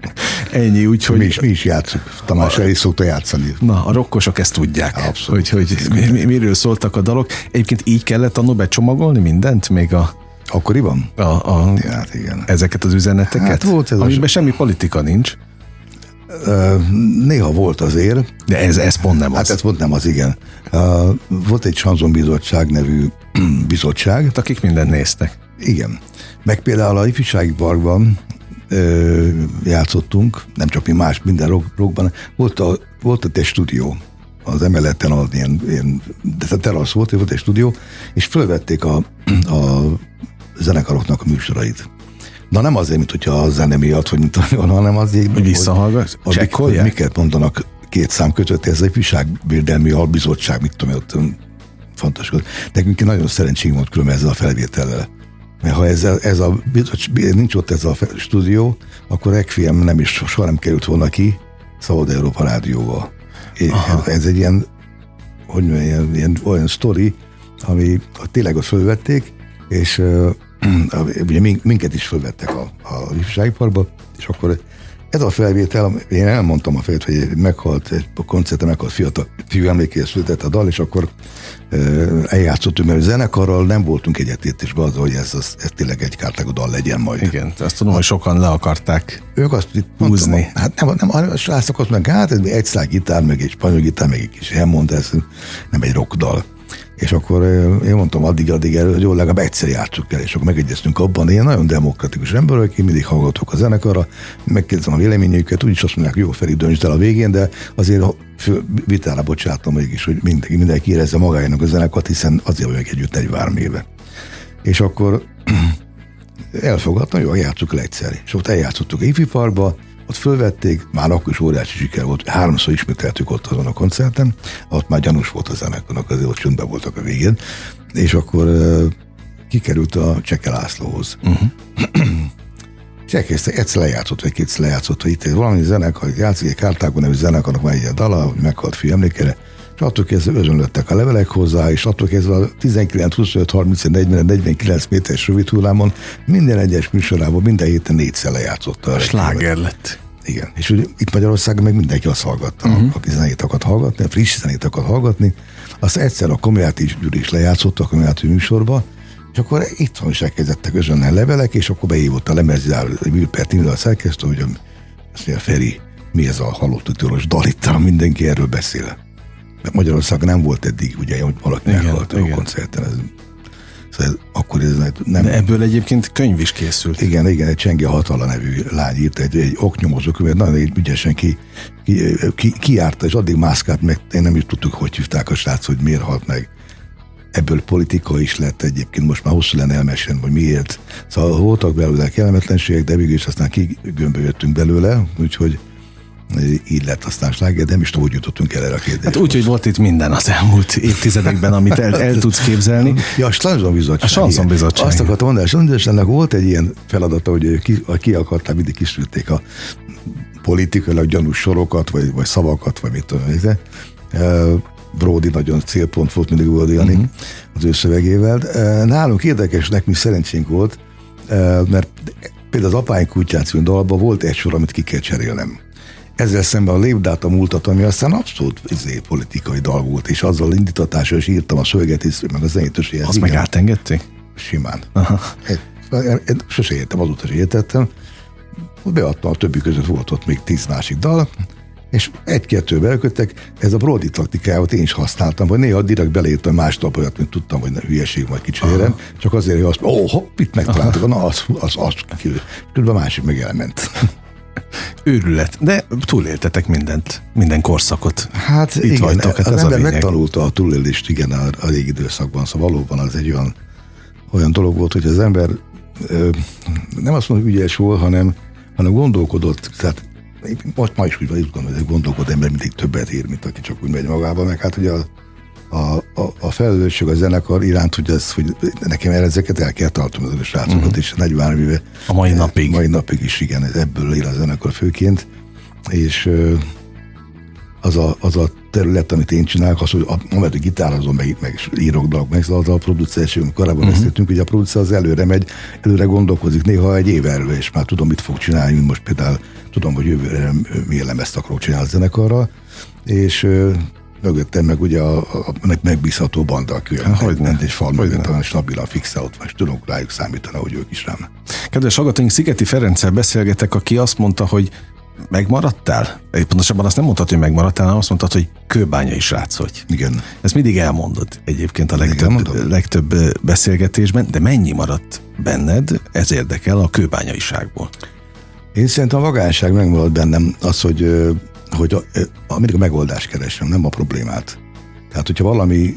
Ennyi, úgyhogy... Mi is, mi is játszunk. Tamás el is szokta játszani. Na, a rokkosok ezt tudják, abszolút, hogy, hogy mi, miről szóltak a dalok. Egyébként így kellett annól becsomagolni mindent, még a... Akkoriban? A, a, hát igen. Ezeket az üzeneteket? Hát volt ez amiben a... semmi politika nincs. Uh, néha volt azért. De ez, ez pont nem az. Hát ez pont nem az, igen. Uh, volt egy Sanzon Bizottság nevű bizottság. Hát akik mindent néztek. Igen. Meg például a ifjúsági parkban uh, játszottunk, nem csak mi más, minden rock, rockban. Volt, a, volt egy stúdió az emeleten, az ilyen, ilyen de terasz volt, volt egy stúdió, és fölvették a, a zenekaroknak a műsorait. Na nem azért, mint hogyha a zene miatt, hogy mint, hanem azért, hogy visszahallgat, hogy, hogy miket mondanak két szám kötött, ez egy ifjúságvédelmi albizottság, mit tudom, ott fontos. Nekünk nagyon szerencsénk volt különben ezzel a felvétellel. Mert ha ez, ez a nincs ott ez a stúdió, akkor Requiem nem is soha nem került volna ki Szabad Európa Rádióval. Ez egy ilyen, hogy mondjam, ilyen, ilyen olyan sztori, ami tényleg ott fölvették, és ugye minket is fölvettek a, a ifjúságiparba, és akkor ez a felvétel, én elmondtam a fejet, hogy meghalt, a koncerten meghalt fiatal fiú emlékéhez született a dal, és akkor eljátszottunk, mert a zenekarral nem voltunk egyetértésben azzal, hogy ez, ez, ez tényleg egy Carthago dal legyen majd. Igen, azt tudom, hogy sokan le akarták ők azt húzni. Mondtam, hát nem, nem, a srácok azt mondják, hát ez egy szlág gitár, meg egy spanyol gitár, meg egy kis Hammond, ez nem egy rock dal. És akkor én mondtam addig-addig elő, hogy jól legalább egyszer játsszuk el, és akkor megegyeztünk abban, én nagyon demokratikus ember vagyok, én mindig hallgatok a zenekarra, megkérdezem a véleményeiket, úgyis azt mondják, jó Feri, döntsd el a végén, de azért vitára bocsátom mégis, hogy mindenki, mindenki érezze magájának a zenekart, hiszen azért vagyok együtt egy várom éve. És akkor elfogadtam, jó, játsszuk el egyszer. És ott eljátszottuk a Ifi Parkba, ott fölvették, már akkor is óriási siker volt, háromszor ismételtük ott azon a koncerten, ott már gyanús volt a zenekarnak, azért ott csöndben voltak a végén, és akkor uh, kikerült a Cseke Lászlóhoz. Uh-huh. Cseke egyszer lejátszott, vagy kétszer lejátszott, hogy itt valami zenekar, játszik egy Carthago nevű zenekarnak már egy ilyen dala, hogy meghalt fiú emlékére, és attól kezdve özönlöttek a levelek hozzá, és attól kezdve a tizenkilenc, huszonöt, harminc, negyven, negyvenkilenc méteres rövid hullámon minden egyes műsorában minden héten négyszer lejátszotta. Sláger lett. Igen, és ugye itt Magyarországon meg mindenki azt hallgatta, uh-huh. aki zenét akart hallgatni, friss zenét akart hallgatni, azt egyszer a Komjáti Gyuri is lejátszotta a Komjáti műsorba, és akkor itthon is elkezdettek özönnel levelek, és akkor beívott a Lemezidár Vilper Tindel a szerkesztő, hogy azt mondja, Feri, mi ez a halott utólos dal, itt mindenki erről beszél. Mert Magyarországon nem volt eddig, ugye, hogy valaki meghalt a koncerten. Ez, szóval ez, akkor ez nem... De ebből egyébként könyv is készült. Igen, igen, egy Csenge Hatala nevű lány írt egy, egy oknyomozó könyvet, nagyon ügyesen ki, ki, ki, kiárta, és addig mászkált meg, én nem is tudtuk, hogy hívták a srác, hogy miért halt meg. Ebből politika is lett egyébként, most már hosszú lenne elmesélni, hogy miért. Szóval voltak belőle kellemetlenségek, de végül is aztán kigömbölyöttünk belőle, úgyhogy így lett aztán sláger, de nem is tudom, hogy jutottunk el erre a kérdésre. Hát úgy, hogy volt itt minden az elmúlt évtizedekben, amit el, el tudsz képzelni. Ja, a Sanzonbizottság. A Sanzonbizottság. Azt akartam mondani, a Sanzonbizottságnak volt egy ilyen feladata, hogy ki, ki akarták, mindig kisülték a politikailag gyanús sorokat, vagy, vagy szavakat, vagy mit tudom, Bródi nagyon célpont volt mindig Bródi uh-huh. az ő szövegével. Nálunk érdekesnek mi szerencsénk volt, mert például az Apáink kutyát című dalban volt egy sor, amit ki kell cserélnem. Ezzel szemben a Lépdát a múltat, ami aztán abszolút izé, politikai dal volt, és azzal indítatásra is írtam a szöveget, és meg a zenét is. Azt meg átengedték? Simán. Egy, egy, sose értem, azóta is értettem. Beadtam, a többi között volt ott még tíz másik dal, és egy-kettő belköttek, ez a Brody taktikáját én is használtam, hogy néha direkt beleírtam más olyat, mint tudtam, hogy hülyeség majd kicserélem, csak azért, hogy azt, ó, oh, hopp, itt megtaláltak, na, az, az, az, az, a másik meg elment. Őrület, de túléltetek mindent, minden korszakot. Hát itt igen, vagytok, hát az ez ember a megtanulta a túlélést, igen, a, a régi időszakban, szóval valóban az egy olyan, olyan dolog volt, hogy az ember ö, nem azt mondom, hogy ügyes volt, hanem, hanem gondolkodott, tehát most ma is úgy van, hogy egy gondolkodó ember mindig többet ér, mint aki csak úgy megy magába, meg hát ugye a, a, a, a felelősség a zenekar iránt, hogy, ez, hogy nekem ezeket el kell tartom az srácokat, uh-huh. és negyven éve. A mai napig. A mai napig is, igen, ebből él a zenekar főként, és az a, az a terület, amit én csinálok, az, hogy amelyet, hogy gitározom, meg, meg írok dolog, meg az a producerség, korábban uh-huh. beszéltünk, hogy a producer az előre megy, előre gondolkozik, néha egy év előre, és már tudom, mit fog csinálni, most például tudom, hogy jövőre milyen lemezt akarok csinálni a zenekarra, és mögöttem meg ugye a, a megbízható banda, aki olyan egy fal mögött, olyan stabilan fixel ott van, és tudunk rájuk számítani, hogy ők is rám. Kedves hallgatóink, Szigeti Ferenccel beszélgetek, aki azt mondta, hogy megmaradtál? Pontosabban azt nem mondtad, hogy megmaradtál, hanem azt mondtad, hogy kőbányai srác vagy. Igen. Ezt mindig elmondod egyébként a legtöbb, legtöbb beszélgetésben, de mennyi maradt benned, ez érdekel a kőbányaiságból? Én szerintem a vagányság megmarad bennem az, hogy, hogy a, a, mindig a megoldást keresem, nem a problémát. Tehát, hogyha valami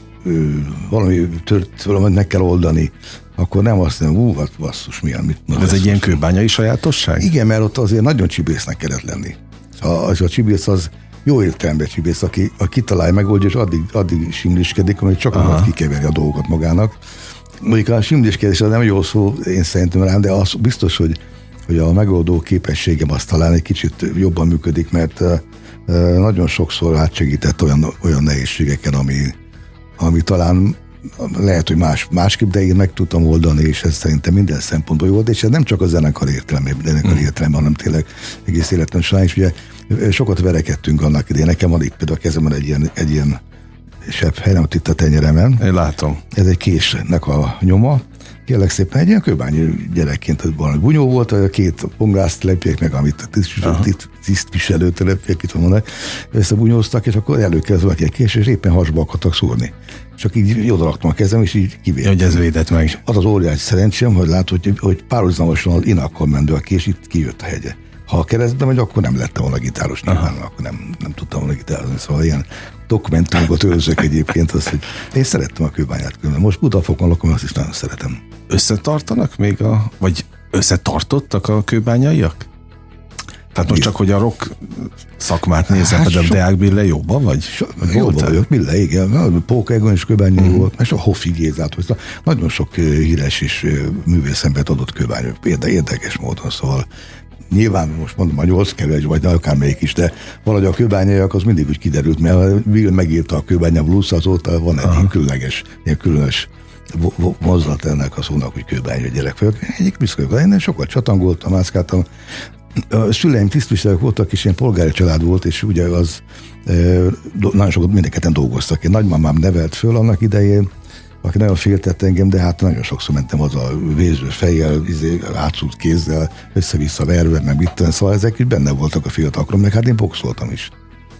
valami tört, valamit meg kell oldani, akkor nem azt mondom, ú, hát basszus, milyen, mit mondom. Ez egy ilyen kőbányai sajátosság? Igen, mert ott azért nagyon csibésznek kellett lenni. A, az a csibész az jó értelemben csibész, aki, aki kitalálja, megoldja, és addig, addig simliskedik, amíg csak akkor kikeveri a dolgokat magának. Mondjuk a simliskedés az nem jó szó, én szerintem rám, de az biztos, hogy, hogy a megoldó képességem azt talán egy kicsit jobban működik, mert uh, nagyon sokszor átsegített olyan, olyan nehézségeken, ami, ami talán lehet, hogy más, másképp, de én meg tudtam oldani, és ez szerintem minden szempontból jó volt, és ez nem csak a zenekar értelemében, zenekar értelemben, hanem tényleg egész életem során, és ugye sokat verekedtünk annak idején. Nekem van itt például a kezemben egy ilyen, egy ilyen sebb hely, nem itt a tenyeremen. Én látom. Ez egy késnek a nyoma. Kérlek szépen, egy ilyen kőbányi gyerekként valami bunyó volt, a két pongrászt lepjék meg, amit a tisztviselő telepjék, itt van mondani, összebunyóztak, és akkor előkezd valaki egy kés, és éppen hasba akartak szúrni. Csak így odaraktam a kezem, és így kivédtem. Hogy ez védett meg. És az az óriási szerencsém, hogy látod, hogy, hogy párhuzamosan az inakkor mendő a kés, itt kijött a hegye. Ha a keresztben megy, akkor nem lettem volna gitáros, nyilván, akkor nem, nem tudtam volna gitározni. Szóval ilyen dokumentumot őrzök egyébként, az, hogy én szerettem a kőbányát különben. Most Budafokon lakom, azt is nagyon szeretem. Összetartanak még a, vagy összetartottak a kőbányaiak? Tehát most csak, hogy a rock szakmát nézem, hát hogy a Deák Bille jobban vagy? So, jobban vagyok, Bille, igen. Póka Egon is kőbányai mm. volt, és a Hoffi Gézát, hogy nagyon sok híres és művészembert adott kőbányok, érdekes módon, szóval nyilván most mondom a nyolc kerül, vagy akármelyik is, de valahogy a kőbányaiak az mindig úgy kiderült, mert Will megírta a Kőbánya Blues, azóta van egy ilyen különleges, ilyen különös mozzat ennek a szónak, hogy kőbánya gyerek vagyok. Egyik büszke vagyok, én sokat csatangoltam, mászkáltam. A szüleim tisztviselők voltak, és ilyen polgári család volt, és ugye az e, nagyon sokat mindenketten dolgoztak. Én nagymamám nevelt föl annak idején, aki nagyon féltett engem, de hát nagyon sokszor mentem az a vérző fejjel, izé, átszúrt kézzel, össze-vissza verve, meg mit tenni, szóval ezek is benne voltak a fiatalokról, meg hát én boxoltam is.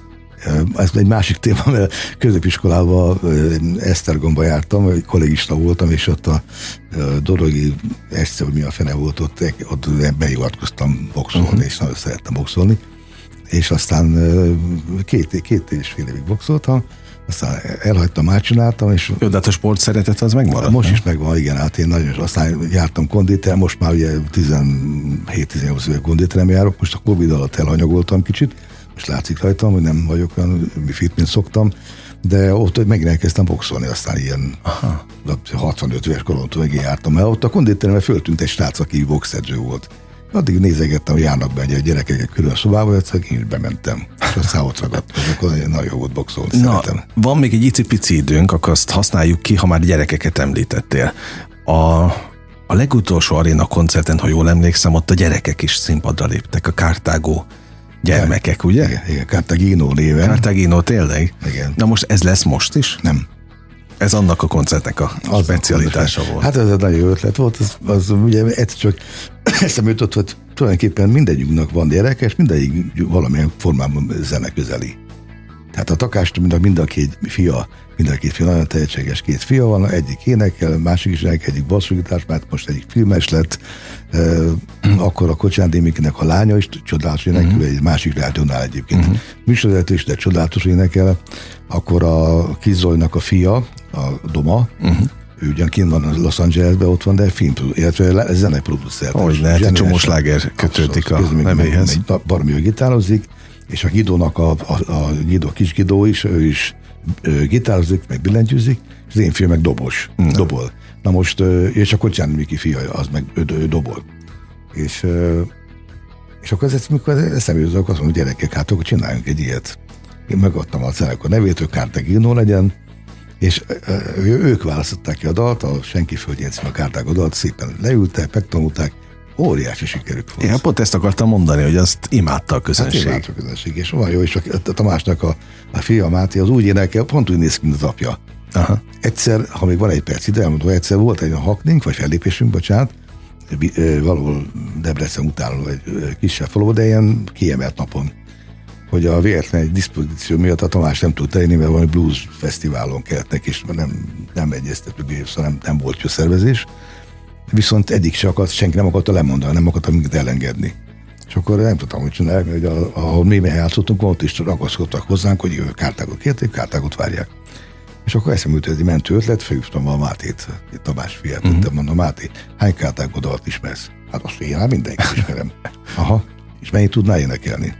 Ez egy másik téma, mert középiskolában Esztergomba jártam, egy kollégista voltam, és ott a Dorogi Eszter, hogy mi a fene volt ott, ott behivatkoztam boxolni, uh-huh. és nagyon szerettem boxolni, és aztán két, két és fél évig boxoltam, aztán elhagytam, átcsináltam, és... Jó, de hát a sport szeretet az megmaradt? Most nem? Is megvan, igen, hát én nagyon, aztán jártam konditer, most már ugye tizenhét-tizennyolc éve konditerem járok, most a Covid alatt elhanyagoltam kicsit, most látszik rajtam, hogy nem vagyok olyan fit, mint szoktam, de ott megint elkezdtem boxolni, aztán ilyen Aha. hatvanöt éves koromtól megint jártam el. Ott a konditeremben föltűnt egy srác, aki boxedző volt. Addig nézegettem, hogy járnak be egy gyerekek külön szobába, hogy én is bementem, és aztán ott ragadt, és akkor nagyon jó volt boxolni, Na, szeretem. Van még egy icipici időnk, akkor azt használjuk ki, ha már gyerekeket említettél. A, a legutolsó aréna koncerten, ha jól emlékszem, ott a gyerekek is színpadra léptek, a Carthago gyermekek, ugye? Igen, igen, Cartagino néven. Cartagino, tényleg? Igen. Na most ez lesz most is? Nem. Ez annak a koncertnek a az specialitása volt. Hát ez egy nagyon jó ötlet volt, az, az ugye egyszer csak eszembe jutott, hogy tulajdonképpen mindegyiknek van gyereke, és mindegyik valamilyen formában zene közeli. Tehát a Takást mind a, mind a két fia, mind a két fia nagyon tehetséges két fia van, egyik énekel, másik is énekel, egyik basszusgitár, mert most egyik filmes lett, e, akkor a Kocsán Démikinek a lánya is csodálatos énekel, uh-huh. egy másik rádiónál egyébként uh-huh. műsorvezető is, de csodálatos énekel, akkor a Kizolynak a fia, a Doma, uh-huh. ő ugyan kint van a Los Angelesben, ott van, de film, illetve zeneproducer. Hogy lehet, egy csomó sláger kötődik a nevéhez. Baromi, hogy gitározik, és a Gidónak, a, a, a Gidó, kis Gidó is, ő is ő gitározik, meg billentyűzik, és az én fiam meg dobos, Na. dobol. Na most, és a Kocsán Miki fia, az meg ő, ő dobol. És, és akkor ez, mikor eszembe jutok, azt mondom, hogy gyerekek, hát akkor csináljunk egy ilyet. Én megadtam a cenek a nevét, hogy Cartagino legyen, és ők választották ki a dalt, a Senki földjén című Carthago dalt, szépen leültek, megtanulták, óriási sikerük volt. Én pont ezt akartam mondani, hogy azt imádta a közönség. Hát imádta a közönség, és olyan jó, és a, a Tamásnak a, a fia, Máté, az úgy énekel, pont úgy néz ki, mint az apja. Aha. Egyszer, ha még van egy perc ide, elmondom, egyszer volt egy haknink, vagy fellépésünk, bocsánat, valahol Debrecen után egy kisebb falu, de ilyen kiemelt napon, hogy a véletlen egy diszpozíció miatt a Tamás nem tudta eljönni, mert valami blues fesztiválon kellett neki, és nem, nem egyeztető, szóval nem, nem volt jó szervezés. Viszont egyik se akart, senki nem akarta lemondani, nem akarta minket elengedni. És akkor nem tudtam, hogy csinálják, hogy ahol mi játszottunk, ott is ragaszkodtak hozzánk, hogy Carthagot kérték, Carthagot várják. És akkor eszembe jutott egy mentő ötlet, felhívtam a Mátét, itt Tamás fiát, uh-huh. mondom, Máté, hány Carthago dalt ismersz? Hát azt én, hát mindenki ismerem. Aha, és mennyit tudnál énekelni?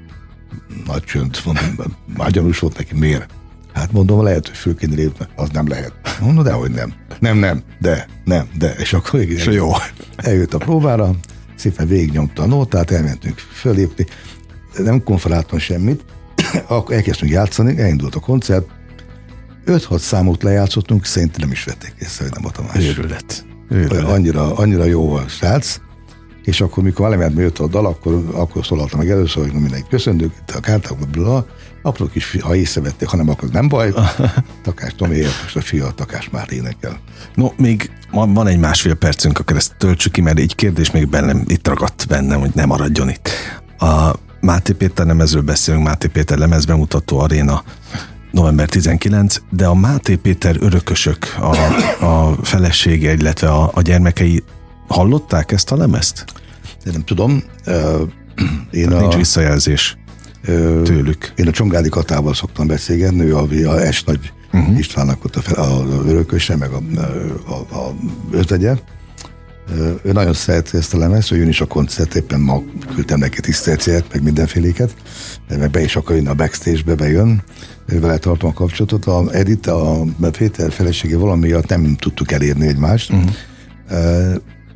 Nagy csönd, mondom, már gyanús volt neki, miért? Hát mondom, lehet, hogy föl kéne lépni, az nem lehet. Mondom, dehogy nem. Nem, nem, de, nem, de. És akkor és jó. Eljött a próbára, szépen végignyomta a nótát, elmentünk fölépni, nem konferáltam semmit, akkor elkezdtünk játszani, elindult a koncert, öt-hat számot lejátszottunk, szerintem nem is vették észre, hogy nem a Tamás. Őrület. Őrület. Annyira, annyira jó a srác, és akkor, mikor Alemert jött a dal, akkor, akkor szólaltam meg először, hogy mindenki köszöntök, itt a Carthago, apró kis, ha észrevették, ha nem, akkor nem baj. Takás Tomi élt, most a fia, Takás már énekel. No, még van, van egy másfél percünk, akkor ezt töltsük ki, mert egy kérdés még bennem, itt ragadt bennem, hogy ne maradjon itt. A Máté Péter lemezről beszélünk, Máté Péter lemezbemutató aréna november tizenkilencedike, de a Máté Péter örökösök, a, a felesége, illetve a, a gyermekei hallották ezt a lemezt? De nem tudom. Uh, én a, nincs a, visszajelzés uh, tőlük. Én a Csongrádi Katával szoktam beszélgetni, ő a, a S. Nagy uh-huh. Istvánnak ott a, a, a örököse, meg a, a, a özvegye. Uh, ő nagyon szereti ezt a lemezt, hogy jön is a koncert, éppen ma küldtem neki tisztelcélet, meg mindenféléket, meg be is akar jönni a backstage-be, bejön. Vele tartom a kapcsolatot. A Edith, a Péter felesége valamiatt nem tudtuk elérni egymást. Uh-huh. Uh,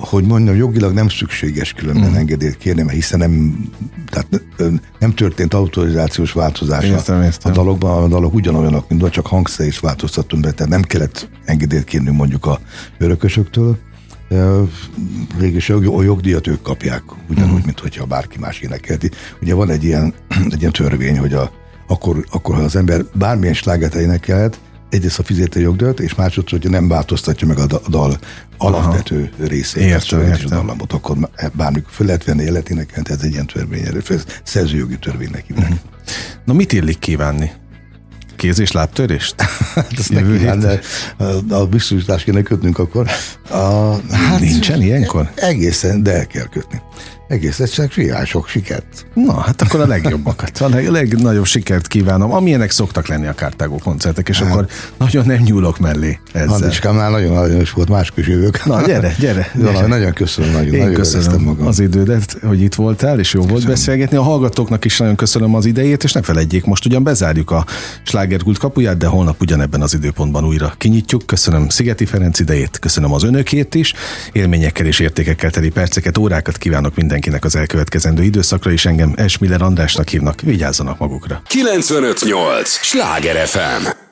hogy mondjam, jogilag nem szükséges különben mm. engedélyt kérni, mert hiszen nem, tehát nem történt autorizációs változása értem, értem. a dalokban, a dalok ugyanolyanok, mint csak hangszerést változtattunk be, tehát nem kellett engedélyt kérni mondjuk a örökösöktől. Végülis a jogdíjat ők kapják, ugyanúgy, mm. mint hogyha bárki más énekelti. Ugye van egy ilyen, egy ilyen törvény, hogy a, akkor, akkor, ha az ember bármilyen slágert énekelhet, egyrészt a fizeti jogdíjat, és másodszor, hogyha nem változtatja meg a dal alapvető részét, értem, értem. a dallamot, akkor bármikor föl lehet venni életéneket, ez egy ilyen törvény, szerzőjogi törvénynek hívják. Mm. Na, mit illik kívánni? Kéz- és lábtörést? Hát azt ne kíván, de a, a biztosítást kéne kötnünk akkor. A, hát nincsen ilyenkor? Egészen, de el kell kötni. Egész egyszerűen sok sikert. Na, hát akkor a legjobbakat, a leg, legnagyobb sikert kívánom, amilyenek szoktak lenni a Kártágó koncertek, és hát, akkor nagyon nem nyúlok mellé ezzel. Andiskámnál nagyon aranyos volt, máskor is jövök. Na, gyere, gyere. gyere. Nagyon köszönöm, nagyon, Én nagyon köszönöm magam. az idődet, hogy itt voltál, és jó köszönöm. volt beszélgetni. A hallgatóknak is nagyon köszönöm az idejét, és ne felejtjék, most ugyan bezárjuk a Slágerkult kapuját, de holnap ugyanebben az időpontban újra kinyitjuk. Köszönöm Szigeti Ferenc idejét, köszönöm az önökét is. Élményekkel és értékekkel teli perceket, órákat kívánok mindenkinek az elkövetkezendő időszakra, és engem Esmiller Andrásnak hívnak. Vigyázzanak magukra. kilencvenöt nyolc Sláger ef em